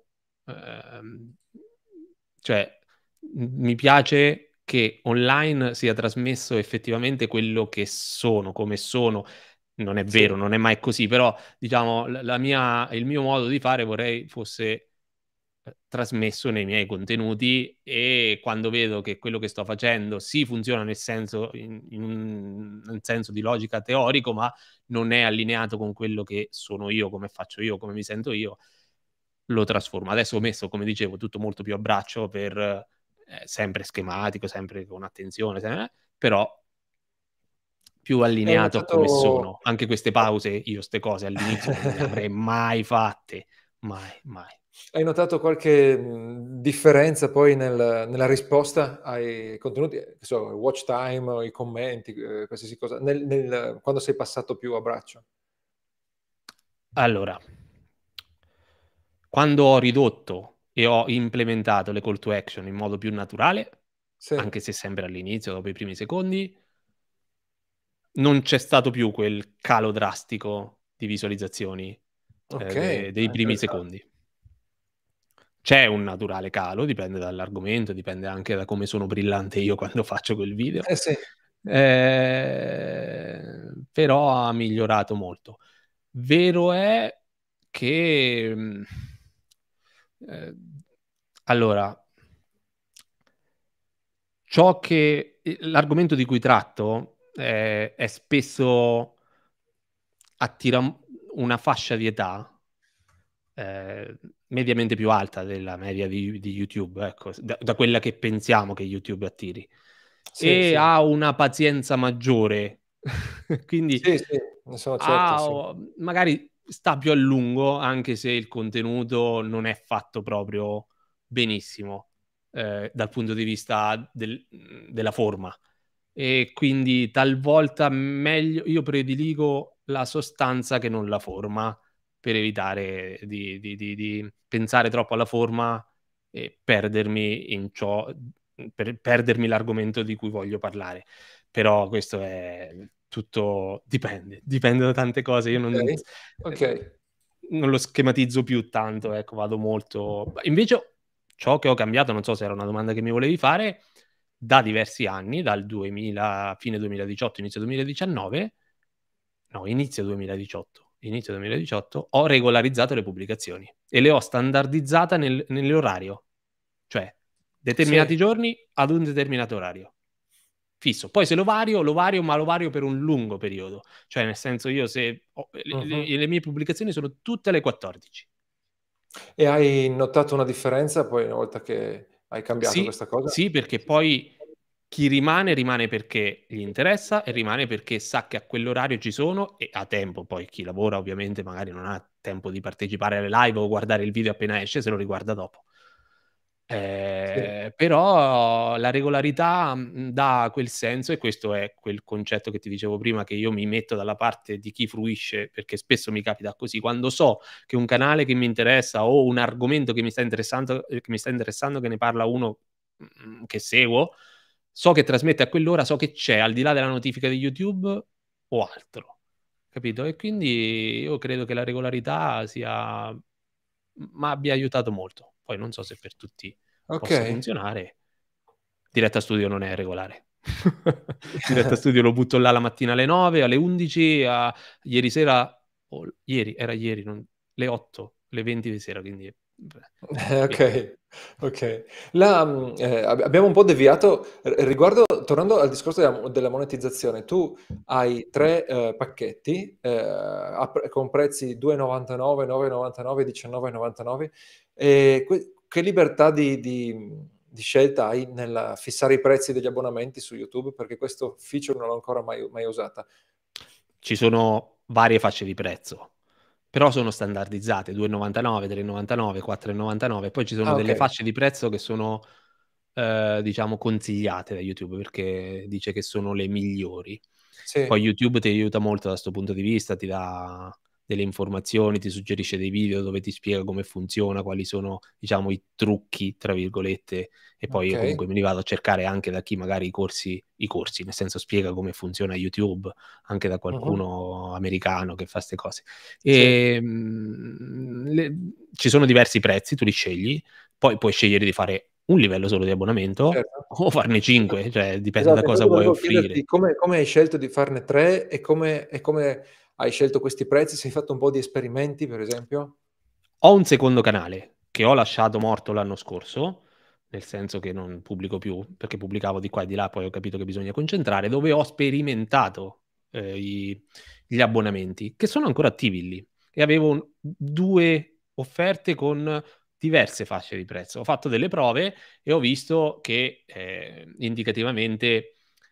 cioè mi piace che online sia trasmesso effettivamente quello che sono, come sono. Non è vero, non è mai così, però diciamo il mio modo di fare vorrei fosse trasmesso nei miei contenuti, e quando vedo che quello che sto facendo funziona nel senso, in un senso di logica teorico, ma non è allineato con quello che sono io, come faccio io, come mi sento io, lo trasformo. Adesso ho messo, come dicevo, tutto molto più a braccio, per sempre schematico, sempre con attenzione, però più allineato a come sono. Anche queste pause, io ste cose all'inizio non le avrei mai fatte, mai. Hai notato qualche differenza poi nella risposta ai contenuti, il watch time, i commenti, qualsiasi cosa, quando sei passato più a braccio? Allora, quando ho ridotto e ho implementato le call to action in modo più naturale, anche se sempre all'inizio, dopo i primi secondi, non c'è stato più quel calo drastico di visualizzazioni dei primi secondi. C'è un naturale calo, dipende dall'argomento, dipende anche da come sono brillante io quando faccio quel video. Però ha migliorato molto. Vero è che allora, l'argomento di cui tratto è spesso attira una fascia di età mediamente più alta della media di YouTube, ecco, da quella che pensiamo che YouTube attiri, ha una pazienza maggiore, quindi ne sono certo, magari sta più a lungo, anche se il contenuto non è fatto proprio benissimo dal punto di vista della forma, e quindi talvolta meglio, io prediligo la sostanza che non la forma, per evitare di pensare troppo alla forma e perdermi in ciò, per perdermi l'argomento di cui voglio parlare. Però questo è tutto, dipende da tante cose. Io non lo schematizzo più tanto, ecco, vado molto. Invece ciò che ho cambiato, non so se era una domanda che mi volevi fare, da diversi anni, dal fine 2018, inizio 2019, no, inizio 2018, ho regolarizzato le pubblicazioni e le ho standardizzate nell'orario, cioè determinati giorni ad un determinato orario fisso. Poi se lo vario, ma lo vario per un lungo periodo, cioè nel senso, io le mie pubblicazioni sono tutte alle 14. E hai notato una differenza poi una volta che hai cambiato questa cosa? Sì, perché poi chi rimane perché gli interessa, e rimane perché sa che a quell'orario ci sono e ha tempo. Poi chi lavora ovviamente magari non ha tempo di partecipare alle live o guardare il video appena esce, se lo riguarda dopo. Però la regolarità dà quel senso, e questo è quel concetto che ti dicevo prima, che io mi metto dalla parte di chi fruisce, perché spesso mi capita così, quando so che un canale che mi interessa o un argomento che mi sta interessando, che ne parla uno che seguo, so che trasmette a quell'ora, so che c'è, al di là della notifica di YouTube o altro, capito? E quindi io credo che la regolarità mi abbia aiutato molto. Poi non so se per tutti possa funzionare. Diretta Studio non è regolare. Diretta Studio lo butto là la mattina alle 9, alle 11, ieri sera, le 8, le 20 di sera, quindi Ok, ok. Abbiamo un po' deviato riguardo, tornando al discorso della monetizzazione. Tu hai tre pacchetti con prezzi 2,99, 9,99, 19,99. Che libertà di scelta hai nel fissare i prezzi degli abbonamenti su YouTube? Perché questo feature non l'ho ancora mai usata. Ci sono varie fasce di prezzo, però sono standardizzate, 2,99, 3,99, 4,99, poi ci sono Ah, ok. delle fasce di prezzo che sono, diciamo, consigliate da YouTube, perché dice che sono le migliori. Poi Sì, YouTube ti aiuta molto da questo punto di vista, ti dà delle informazioni, ti suggerisce dei video dove ti spiega come funziona, quali sono, diciamo, i trucchi, tra virgolette, e poi ok. io comunque me li vado a cercare anche da chi magari i corsi, nel senso spiega come funziona YouTube, anche da Mhm. qualcuno americano che fa queste cose. Sì, E, ci sono diversi prezzi, tu li scegli, poi puoi scegliere di fare un livello solo di abbonamento certo. o farne 5, cioè dipende da Esatto, cosa infatti vuoi volevo offrire. chiederti come hai scelto di farne tre e come hai scelto questi prezzi, se hai fatto un po' di esperimenti, per esempio. Ho un secondo canale che ho lasciato morto l'anno scorso, nel senso che non pubblico più, perché pubblicavo di qua e di là, poi ho capito che bisogna concentrare, dove ho sperimentato gli abbonamenti, che sono ancora attivi lì. E avevo 2 offerte con diverse fasce di prezzo. Ho fatto delle prove e ho visto che indicativamente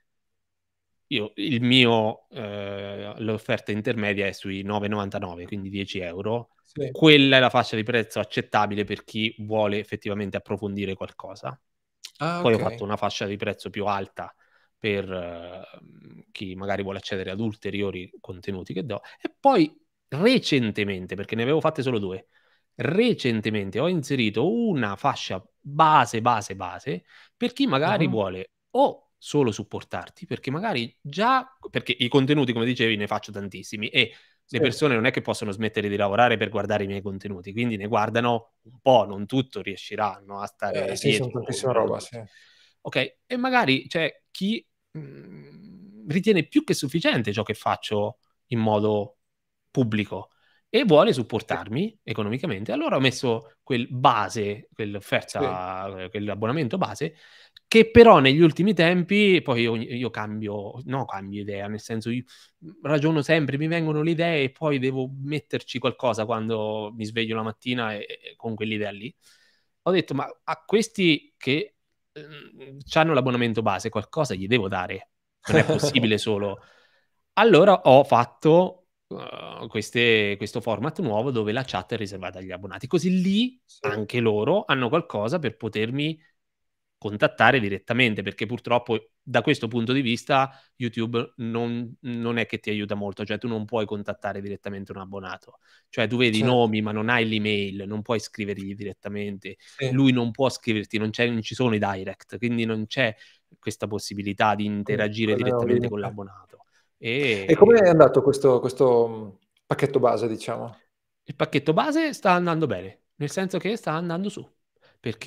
l'offerta intermedia è sui 9,99, quindi 10 €. Sì. Quella è la fascia di prezzo accettabile per chi vuole effettivamente approfondire qualcosa. Ah, Poi ho ok. fatto una fascia di prezzo più alta per chi magari vuole accedere ad ulteriori contenuti che do. E poi recentemente, perché ne avevo fatte solo 2, recentemente ho inserito una fascia base per chi magari Mhm. vuole o solo supportarti, perché magari già perché i contenuti, come dicevi, ne faccio tantissimi e le Sì. persone non è che possono smettere di lavorare per guardare i miei contenuti, quindi ne guardano un po', non tutto riusciranno a stare Sì, sono dietro, tantissima nemmeno roba, tutti. sì. Okay, e magari c'è chi, ritiene più che sufficiente ciò che faccio in modo pubblico e vuole Sì, supportarmi economicamente. Allora ho messo quel base, sì. quell'offerta, quell'abbonamento base, che però negli ultimi tempi poi io cambio no cambio idea, nel senso ragiono sempre, mi vengono le idee e poi devo metterci qualcosa quando mi sveglio la mattina e con quell'idea lì. Ho detto: "Ma a questi che, c'hanno l'abbonamento base qualcosa gli devo dare, non è possibile solo". Allora ho fatto, questo format nuovo dove la chat è riservata agli abbonati, così lì Sì, anche loro hanno qualcosa per potermi contattare direttamente, perché purtroppo da questo punto di vista YouTube non è che ti aiuta molto, cioè tu non puoi contattare direttamente un abbonato. Cioè tu vedi i certo. nomi, ma non hai l'email, non puoi scrivergli direttamente, Sì. lui non può scriverti, non ci sono i direct, quindi non c'è questa possibilità di interagire Quello è un direttamente con limite. l'abbonato. E come è E andato questo pacchetto base, diciamo? il pacchetto base sta andando bene, nel senso che sta andando su, perché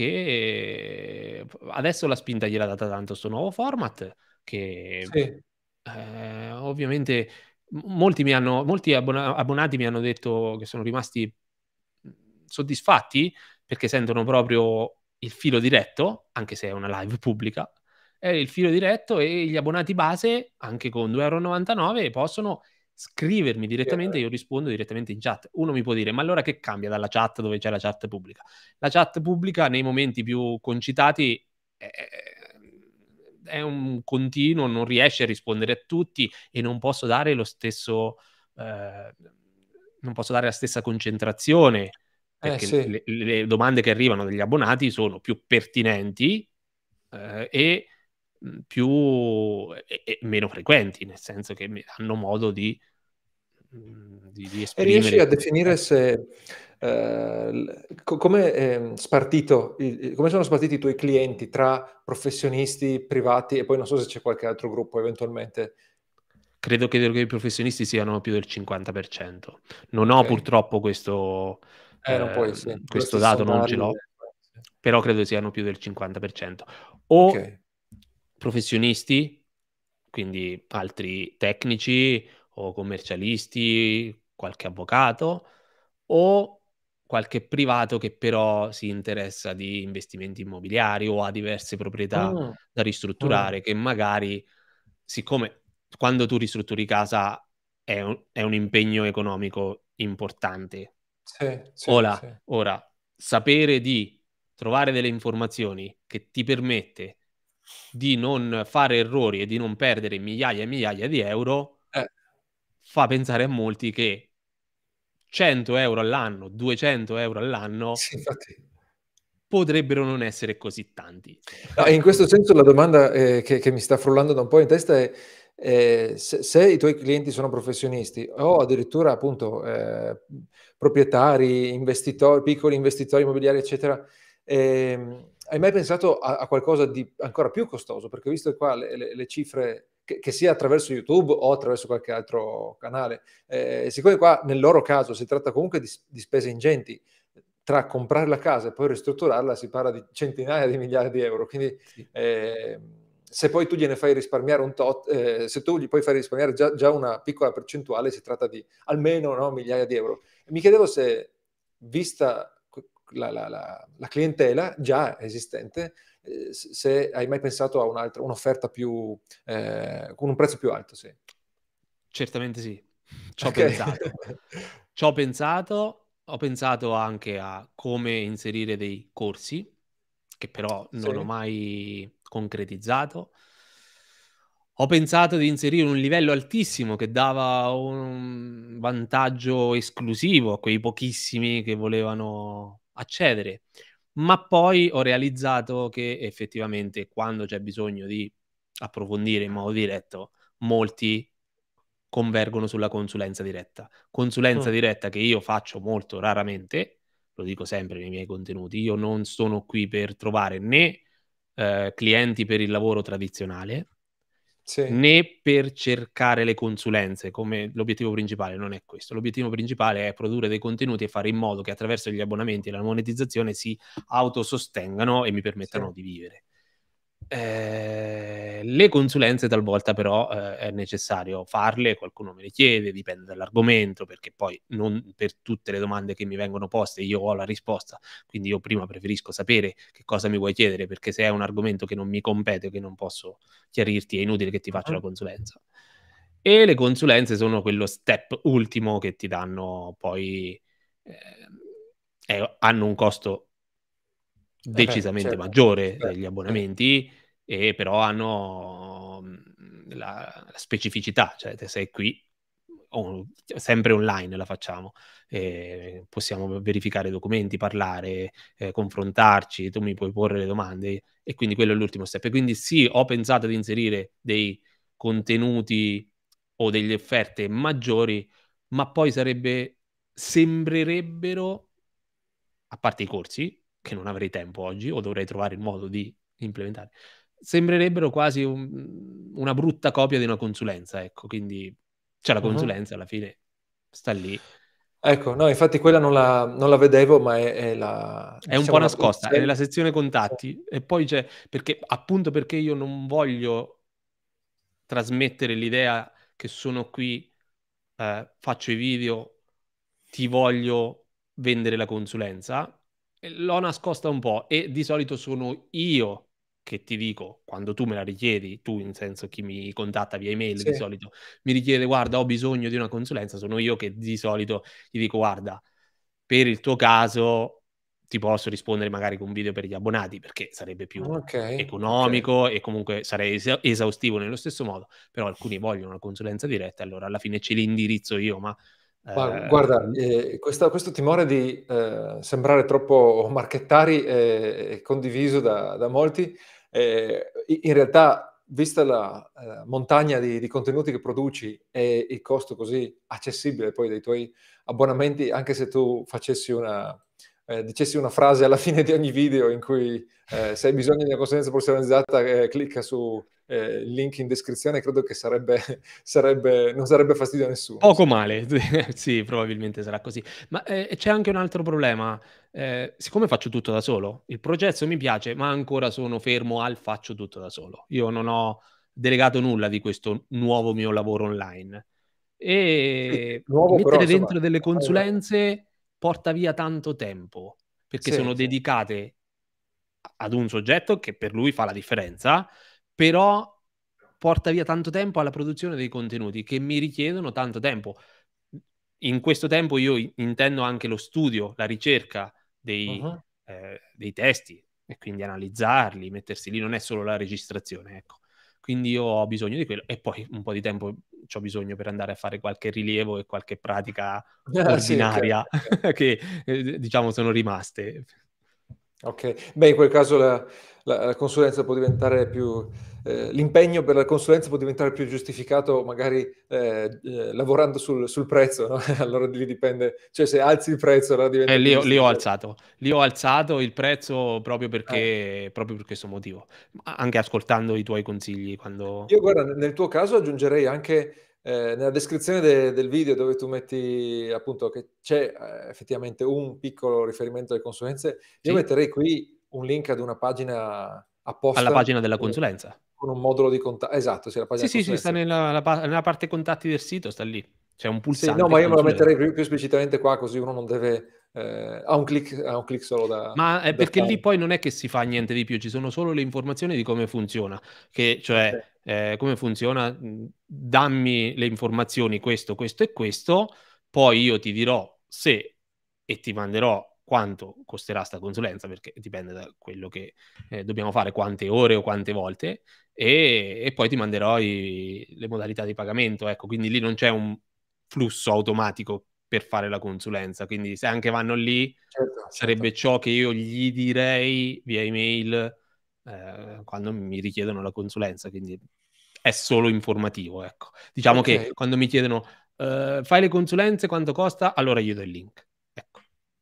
adesso la spinta gliel'ha data tanto 'sto nuovo format che, Sì, ovviamente molti abbonati mi hanno detto che sono rimasti, soddisfatti, perché sentono proprio il filo diretto, anche se è una live pubblica, è il filo diretto e gli abbonati base, anche con 2,99 € possono scrivermi direttamente e chiedere. io rispondo direttamente in chat. Uno mi può dire: "Ma allora che cambia dalla chat dove c'è la chat pubblica?" La chat pubblica nei momenti più concitati, è un continuo, non riesci a rispondere a tutti e non posso dare lo stesso ehm, non posso dare la stessa concentrazione, perché Sì. le domande che arrivano dagli abbonati sono più pertinenti, e, più e meno frequenti, nel senso che mi danno modo di E riesci esprimere a il definire se, come è spartito come sono spartiti i tuoi clienti tra professionisti, privati e poi non so se c'è qualche altro gruppo eventualmente. credo che i professionisti siano più del 50%. Non ho Okay. purtroppo questo Non puoi sì, questo dovresti dato, non ce sondarli l'ho, sì. però credo siano più del 50%. O Okay, professionisti, quindi altri tecnici o commercialisti, qualche avvocato, o qualche privato che però si interessa di investimenti immobiliari o ha diverse proprietà Mm, da mm. ristrutturare, che magari, siccome quando tu ristrutturi casa è un impegno economico importante. Sì, sì, sì. Ora, sapere di trovare delle informazioni che ti permette di non fare errori e di non perdere migliaia e migliaia di euro, Eh, fa pensare a molti che 100 € all'anno, 200 € all'anno sì, infatti. potrebbero non essere così tanti. No, in Ecco. questo senso la domanda che mi sta frullando da un po' in testa è se i tuoi clienti sono professionisti o addirittura appunto proprietari, investitori, piccoli investitori immobiliari, eccetera, hai mai pensato a qualcosa di ancora più costoso? Perché ho visto qua le cifre, che sia attraverso YouTube o attraverso qualche altro canale, siccome qua nel loro caso si tratta comunque di spese ingenti, tra comprare la casa e poi ristrutturarla si parla di centinaia di migliaia di euro, quindi Sì. se poi tu gliene fai risparmiare un tot, se tu gli puoi fare risparmiare già una piccola percentuale, si tratta di almeno, no, migliaia di euro. E mi chiedevo se, vista la clientela già esistente, se hai mai pensato a un'offerta più, con un prezzo più alto, sì. Certamente sì, c'ho Ok. pensato. C'ho pensato, ho pensato anche a come inserire dei corsi, che però non ho Sì, mai concretizzato. Ho pensato di inserire un livello altissimo che dava un vantaggio esclusivo a quei pochissimi che volevano accedere, ma poi ho realizzato che effettivamente quando c'è bisogno di approfondire in modo diretto, molti convergono sulla consulenza diretta. Consulenza mm, diretta che io faccio molto raramente, lo dico sempre nei miei contenuti, io non sono qui per trovare né, clienti per il lavoro tradizionale, sì, né per cercare le consulenze, come l'obiettivo principale non è questo. L'obiettivo principale è produrre dei contenuti e fare in modo che attraverso gli abbonamenti e la monetizzazione si autosostengano e mi sì. permettano di vivere. Le consulenze talvolta però, è necessario farle, qualcuno me le chiede, dipende dall'argomento, perché poi non per tutte le domande che mi vengono poste io ho la risposta, quindi io prima preferisco sapere che cosa mi vuoi chiedere, perché se è un argomento che non mi compete o che non posso chiarirti, è inutile che ti faccio Mhm. la consulenza. E le consulenze sono quello step ultimo che ti danno poi hanno un costo Eh beh, decisamente certo. maggiore Beh, degli sì. abbonamenti e però hanno, la specificità, cioè te sei qui sempre online la facciamo, possiamo verificare documenti, parlare, confrontarci, tu mi puoi porre le domande e quindi quello è l'ultimo step. E quindi sì, ho pensato di inserire dei contenuti o delle offerte maggiori, ma poi sembrerebbero, a parte i corsi, che non avrei tempo oggi o dovrei trovare il modo di implementare, sembrerebbero quasi una brutta copia di una consulenza, ecco. Quindi cioè la Mhm. consulenza alla fine sta lì. Ecco, no, infatti quella non la vedevo, ma è la, È un po' diciamo, nascosta, è nella sezione sì, contatti e poi c'è perché appunto perché io non voglio trasmettere l'idea che sono qui, faccio i video, ti voglio vendere la consulenza, l'ho nascosta un po' e di solito sono io che ti dico, quando tu me la richiedi, tu in senso chi mi contatta via email sì. di solito mi richiede: "Guarda, ho bisogno di una consulenza", sono io che di solito gli dico: "Guarda, per il tuo caso ti posso rispondere magari con un video per gli abbonati", perché sarebbe più Okay, okay. economico e comunque sarei esaustivo nello stesso modo, però alcuni vogliono una consulenza diretta e allora alla fine ce li indirizzo io, ma, Ma guarda, l questo timore di sembrare troppo marchettari è condiviso da molti. In realtà, vista la montagna di contenuti che produci e il costo così accessibile poi dei tuoi abbonamenti, anche se tu dicessi una frase alla fine di ogni video in cui se hai bisogno di una consulenza personalizzata, clicca su il link in descrizione, credo che non sarebbe fastidio a nessuno, Poco insomma. male, sì, probabilmente sarà così. Ma, c'è anche un altro problema: siccome faccio tutto da solo, il processo mi piace, ma ancora sono fermo al faccio tutto da solo. Io non ho delegato nulla di questo nuovo mio lavoro online. Sì, E nuovo però mettere insomma dentro delle ormai consulenze porta via tanto tempo, perché sono dedicate ad un soggetto che per lui fa la differenza, però porta via tanto tempo alla produzione dei contenuti che mi richiedono tanto tempo. In questo tempo io intendo anche lo studio, la ricerca dei testi, e quindi analizzarli, mettersi lì, non è solo la registrazione, ecco. Quindi io ho bisogno di quello, e poi un po' di tempo c'ho bisogno per andare a fare qualche rilievo e qualche pratica ordinaria che diciamo sono rimaste. Ok, beh, in quel caso la consulenza può diventare più, l'impegno per la consulenza può diventare più giustificato magari lavorando sul prezzo, no? Allora lì dipende, cioè se alzi il prezzo allora diventa più Lì ho giustificato. alzato il prezzo proprio per questo motivo, anche ascoltando i tuoi consigli quando... Io guarda, nel tuo caso aggiungerei anche nella descrizione del video dove tu metti appunto che c'è effettivamente un piccolo riferimento alle consulenze, io Sì? metterei qui un link ad una pagina Alla apposta pagina della consulenza. con un modulo di contatto. Esatto, sì, la pagina Sì, sta consulenza. nella parte contatti del sito, sta lì. C'è un Sì, no, pulsante ma io me la consulenza. metterei più esplicitamente qua, così uno non deve... ha un click solo Ma è da perché lì fare. poi non è che si fa niente di più, ci sono solo le informazioni di come funziona, che cioè come funziona, dammi le informazioni questo, questo e questo, poi io ti dirò se e ti manderò quanto costerà sta consulenza, perché dipende da quello che dobbiamo fare, quante ore o quante volte, e poi ti manderò le modalità di pagamento, ecco, quindi lì non c'è un flusso automatico per fare la consulenza, quindi se anche vanno lì sarebbe ciò che io gli direi via email quando mi richiedono la consulenza, quindi è solo informativo, ecco. Diciamo che quando mi chiedono fai le consulenze, quanto costa? Allora io do il link, ecco.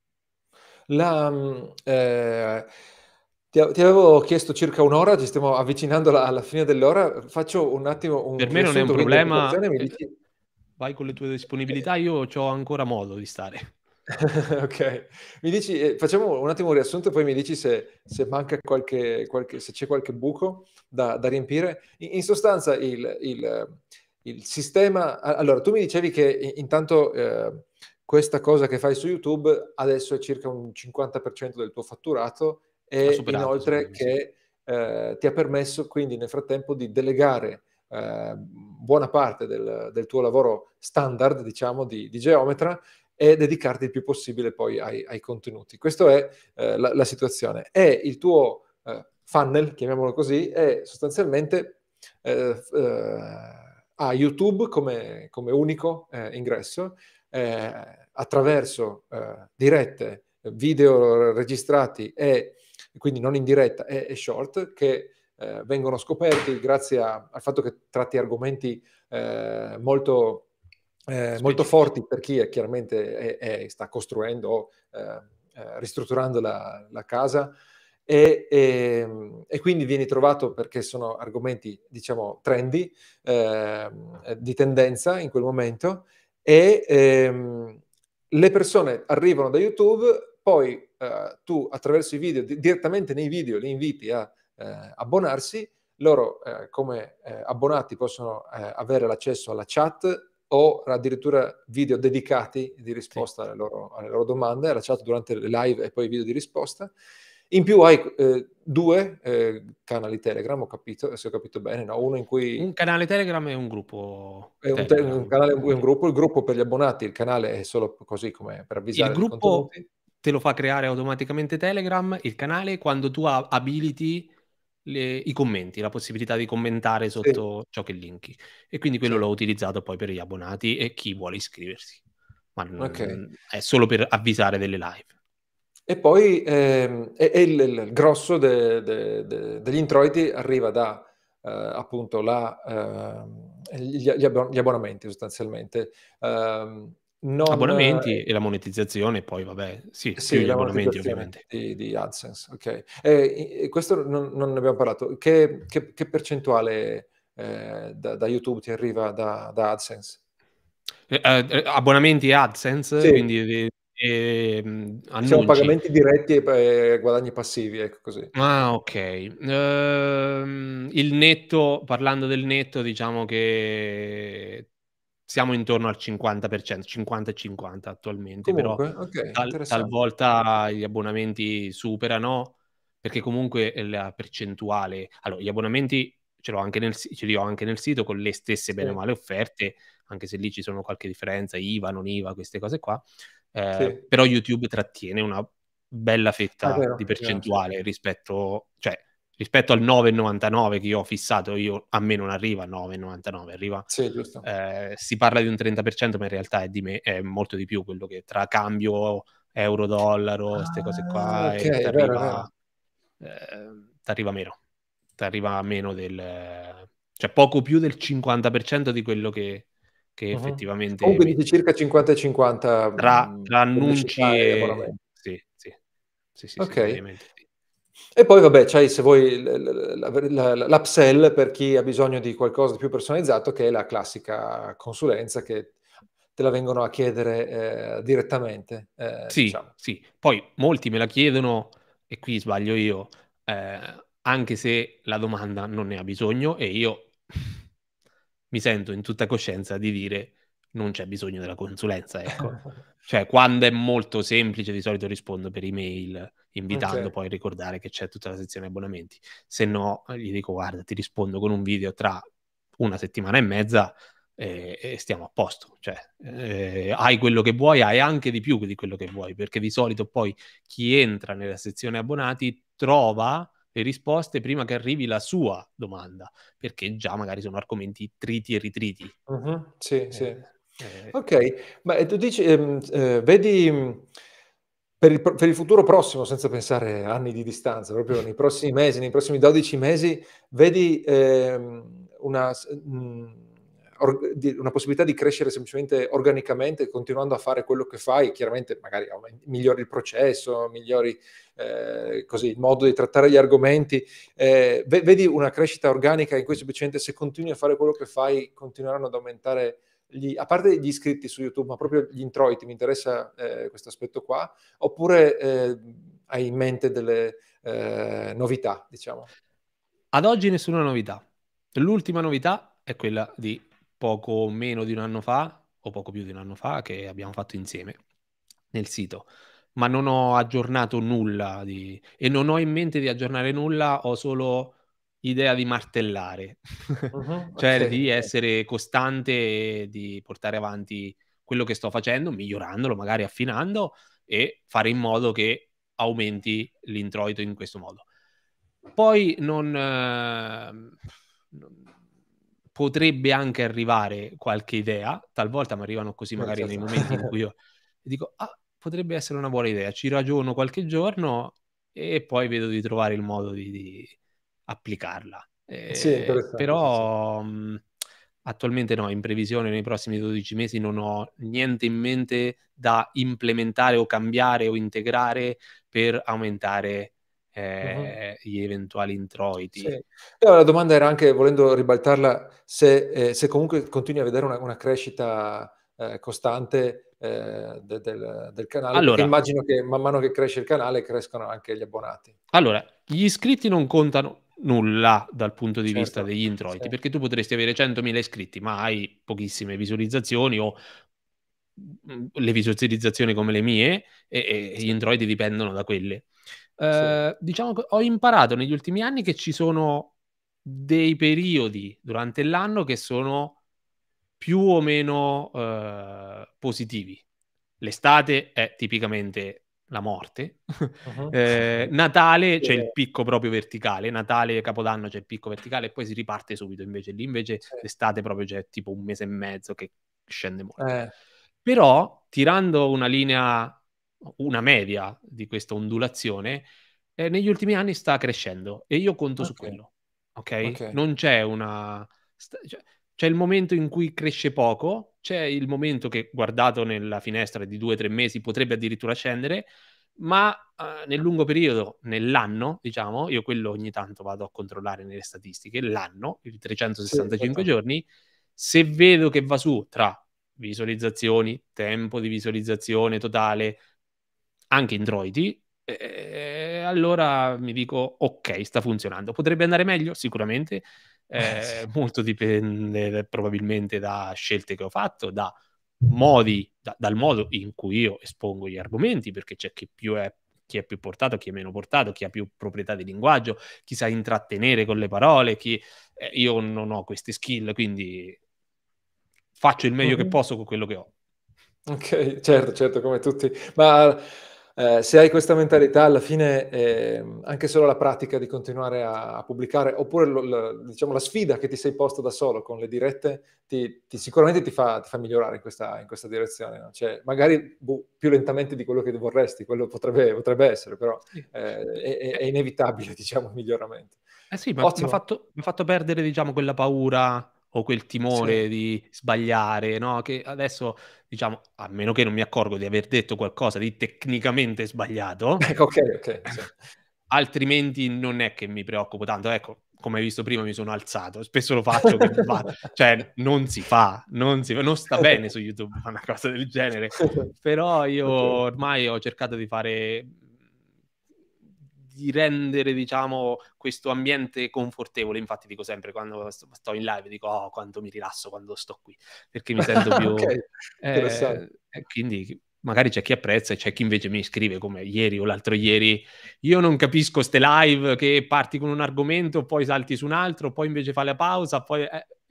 Ti avevo chiesto circa un'ora, ci stiamo avvicinando alla fine dell'ora, faccio un attimo un per me non è un riassunto quindi della problema, situazione, mi dici... vai con le tue disponibilità, io ho ancora modo di stare. Ok, mi dici, facciamo un attimo un riassunto e poi mi dici se manca se c'è qualche buco da riempire. In sostanza il sistema... Allora, tu mi dicevi che intanto questa cosa che fai su YouTube adesso è circa un 50% del tuo fatturato Ha e superato, inoltre sì. che ti ha permesso quindi nel frattempo di delegare buona parte del tuo lavoro standard, diciamo, di geometra e dedicarti il più possibile poi ai contenuti. Questa è la situazione. E il tuo funnel, chiamiamolo così, è sostanzialmente ha YouTube come unico ingresso, attraverso dirette, video registrati e quindi non in diretta e short che vengono scoperti grazie al fatto che tratti argomenti molto forti per chi chiaramente sta costruendo o ristrutturando la casa e quindi vieni trovato perché sono argomenti, diciamo, trendy, di tendenza in quel momento e le persone arrivano da YouTube, poi tu attraverso i video, direttamente nei video li inviti a abbonarsi, loro come abbonati possono avere l'accesso alla chat o addirittura video dedicati di risposta alle loro domande, alla chat durante le live e poi video di risposta. In più hai due canali Telegram, ho capito, se ho capito bene, no? Uno in cui... Un canale Telegram e un gruppo Telegram. Un canale, un gruppo, il gruppo per gli abbonati, il canale è solo così come per avvisare il dei gruppo contenuti. te lo fa creare automaticamente Telegram, il canale, quando tu abiliti i commenti, la possibilità di commentare sotto ciò che linki. E quindi quello l'ho utilizzato poi per gli abbonati e chi vuole iscriversi. Ma è solo per avvisare delle live. E poi il grosso degli introiti arriva da appunto gli abbonamenti sostanzialmente. Abbonamenti e la monetizzazione, poi vabbè, sì, più Sì, gli la abbonamenti monetizzazione ovviamente. di AdSense, ok. Questo non ne abbiamo parlato. Che percentuale da YouTube ti arriva da AdSense? Abbonamenti e AdSense, Sì. quindi Diciamo annunci. pagamenti diretti e guadagni passivi, ecco così. Ah, okay. Il netto, parlando del netto, diciamo che siamo intorno al 50%, 50 e 50 attualmente, però Comunque, ok, interessante. talvolta gli abbonamenti superano, perché comunque la percentuale... Allora, gli abbonamenti ce li ho anche nel sito con le stesse bene o Sì, male offerte, anche se lì ci sono qualche differenza, IVA, non IVA, queste cose qua. sì. Però YouTube trattiene una bella Ah, fetta di è vero, sì. percentuale rispetto al 9,99 che io ho fissato, a me non arriva a 9,99, arriva, Sì, giusto. si parla di un 30%, ma in realtà è molto di più quello che tra cambio euro-dollaro, queste cose Ah, qua, ok, e è vero, è vero. t'arriva meno. T'arriva meno cioè poco più del 50% di quello che Mhm. effettivamente Comunque dici metti. circa 50 e 50 Tra pubblicità annunci e e... abbonamenti. Sì, sì. Sì, sì, sì, Ok. mediamente sì. E poi vabbè, c'hai se vuoi l'upsell per chi ha bisogno di qualcosa di più personalizzato, che è la classica consulenza che te la vengono a chiedere direttamente, Sì, diciamo. sì. Poi molti me la chiedono, e qui sbaglio io, anche se la domanda non ne ha bisogno, e io mi sento in tutta coscienza di dire: "Non c'è bisogno della consulenza", ecco. Cioè, quando è molto semplice di solito rispondo per email, invitando Okay. poi a ricordare che c'è tutta la sezione abbonamenti. Se no, gli dico: "Guarda, ti rispondo con un video tra 1 settimana e mezza, e stiamo a posto". Cioè, hai quello che vuoi, hai anche di più di quello che vuoi, perché di solito poi chi entra nella sezione abbonati trova le risposte prima che arrivi la sua domanda, perché già magari sono argomenti triti e ritriti. Mh-mh. Sì, sì. Eh, eh, Okay, ma tu dici, vedi, per il futuro prossimo, senza pensare a anni di distanza, proprio nei prossimi mesi, nei prossimi 12 mesi, vedi, una possibilità di crescere semplicemente organicamente, continuando a fare quello che fai, chiaramente magari migliori il processo, migliori, così il modo di trattare gli argomenti, vedi una crescita organica in cui semplicemente se continui a fare quello che fai, continueranno ad aumentare a parte gli iscritti su YouTube, ma proprio gli introiti, mi interessa questo aspetto qua, oppure hai in mente delle novità, diciamo? Ad oggi nessuna novità. L'ultima novità è quella di poco meno di 1 anno fa, o poco più di 1 anno fa, che abbiamo fatto insieme nel sito, ma non ho aggiornato nulla e non ho in mente di aggiornare nulla, ho solo idea di martellare, Mh-mh, cioè okay, di okay. essere costante e di portare avanti quello che sto facendo, migliorandolo, magari affinando, e fare in modo che aumenti l'introito in questo modo. Poi non potrebbe anche arrivare qualche idea, talvolta m'arrivano così magari nei Certo. momenti in cui io dico: "Ah, potrebbe essere una buona idea", ci ragiono qualche giorno e poi vedo di trovare il modo di applicarla. Sì, interessante, sì, sì. Però, attualmente no, in previsione nei prossimi 12 mesi non ho niente in mente da implementare o cambiare o integrare per aumentare Mh-mh. gli eventuali Sì. introiti. La domanda era anche, volendo ribaltarla, se comunque continui a vedere una crescita, costante, del canale, perché Allora immagino che man mano che cresce il canale crescono anche gli abbonati. allora, gli iscritti non contano nulla dal punto di vista Certo, degli sì, introiti, perché tu potresti avere 100.000 iscritti, ma hai pochissime visualizzazioni o, le visualizzazioni come le mie, e gli sì, introiti dipendono da quelle. sì. Diciamo che ho imparato negli ultimi anni che ci sono dei periodi durante l'anno che sono più o meno, positivi. L'estate è tipicamente la morte. Mh-mh. Natale Sì, è c'è il vero. picco proprio verticale, Natale e Capodanno c'è il picco verticale e poi si riparte subito, invece Sì. l'estate proprio c'è tipo 1 mese e mezzo che scende molto. Eh, Però tirando una media di questa ondulazione, negli ultimi anni sta crescendo e io conto su okay, quello, okay, okay. non c'è una cioè c'è il momento in cui cresce poco, c'è il momento che guardato nella finestra di 2, 3 mesi potrebbe addirittura scendere, ma, nel lungo periodo, nell'anno diciamo, io quello ogni tanto vado a controllare nelle statistiche, l'anno, i Sì, 365 certo. giorni, se vedo che va su tra visualizzazioni, tempo di visualizzazione totale, anche introiti, allora mi dico: "Okay, sta funzionando". Potrebbe andare meglio? Sicuramente, molto dipende probabilmente da scelte che ho fatto, da modi, dal modo in cui io espongo gli argomenti, perché c'è chi è più portato, chi è meno portato, chi ha più proprietà di linguaggio, chi sa intrattenere con le parole, io non ho queste skill, quindi faccio il meglio che posso con quello che ho. Ok, certo, come tutti. Ma se hai questa mentalità, alla fine anche solo la pratica di continuare a pubblicare, oppure diciamo, la sfida che ti sei posto da solo con le dirette, sicuramente ti fa migliorare in questa direzione. No? Cioè, magari più lentamente di quello che vorresti, quello potrebbe essere, però è inevitabile, diciamo, il miglioramento. Sì, mi ha fatto perdere, diciamo, quella paura o quel timore di sbagliare, no? Che adesso, diciamo, a meno che non mi accorgo di aver detto qualcosa di tecnicamente sbagliato, ok. Sì. Altrimenti non è che mi preoccupo tanto. Ecco, come hai visto prima mi sono alzato, spesso lo faccio, cioè non si fa, non sta bene su YouTube una cosa del genere, però io ormai ho cercato di rendere, diciamo, questo ambiente confortevole. Infatti dico sempre, quando sto in live, dico, oh, quanto mi rilasso quando sto qui, perché mi sento più... quindi magari c'è chi apprezza e c'è chi invece mi scrive, come ieri o l'altro ieri, io non capisco ste live che parti con un argomento, poi salti su un altro, poi invece fai la pausa, poi...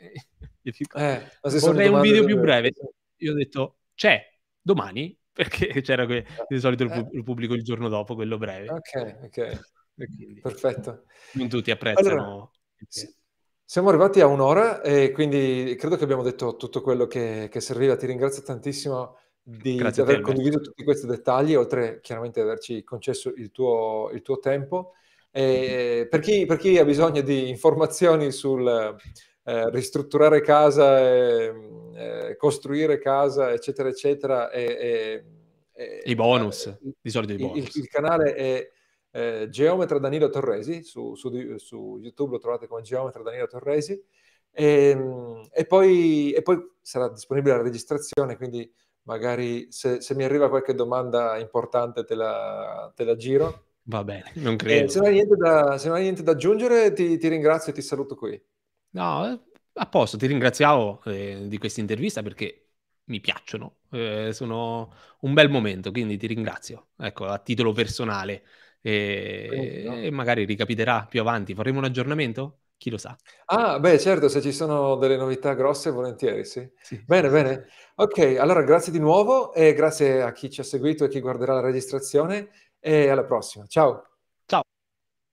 vorrei un video più breve. Io ho detto, c'è, domani, perché c'era di solito lo pubblico il giorno dopo, quello breve. Ok. Quindi, Perfetto. non tutti apprezzano. Allora, siamo arrivati a un'ora e quindi credo che abbiamo detto tutto quello che serviva. Ti ringrazio tantissimo di aver condiviso tutti questi dettagli, oltre chiaramente ad averci concesso il tuo tempo. Per chi ha bisogno di informazioni sul ristrutturare casa, costruire casa, eccetera, eccetera, i bonus, di solito i bonus. Il canale è Geometra Danilo Torresi, su YouTube lo trovate come Geometra Danilo Torresi, e poi sarà disponibile la registrazione, quindi magari se mi arriva qualche domanda importante te la giro. Va bene, non credo. Se non hai niente da aggiungere, ti ringrazio e ti saluto qui. No, a posto, ti ringraziavo di questa intervista perché mi piacciono, sono un bel momento, quindi ti ringrazio, ecco, a titolo personale, e magari ricapiterà più avanti. Faremo un aggiornamento? Chi lo sa? Ah, beh, certo, se ci sono delle novità grosse, volentieri, sì. Sì, Bene, sì. bene. Ok, allora grazie di nuovo e grazie a chi ci ha seguito e chi guarderà la registrazione e alla prossima. Ciao.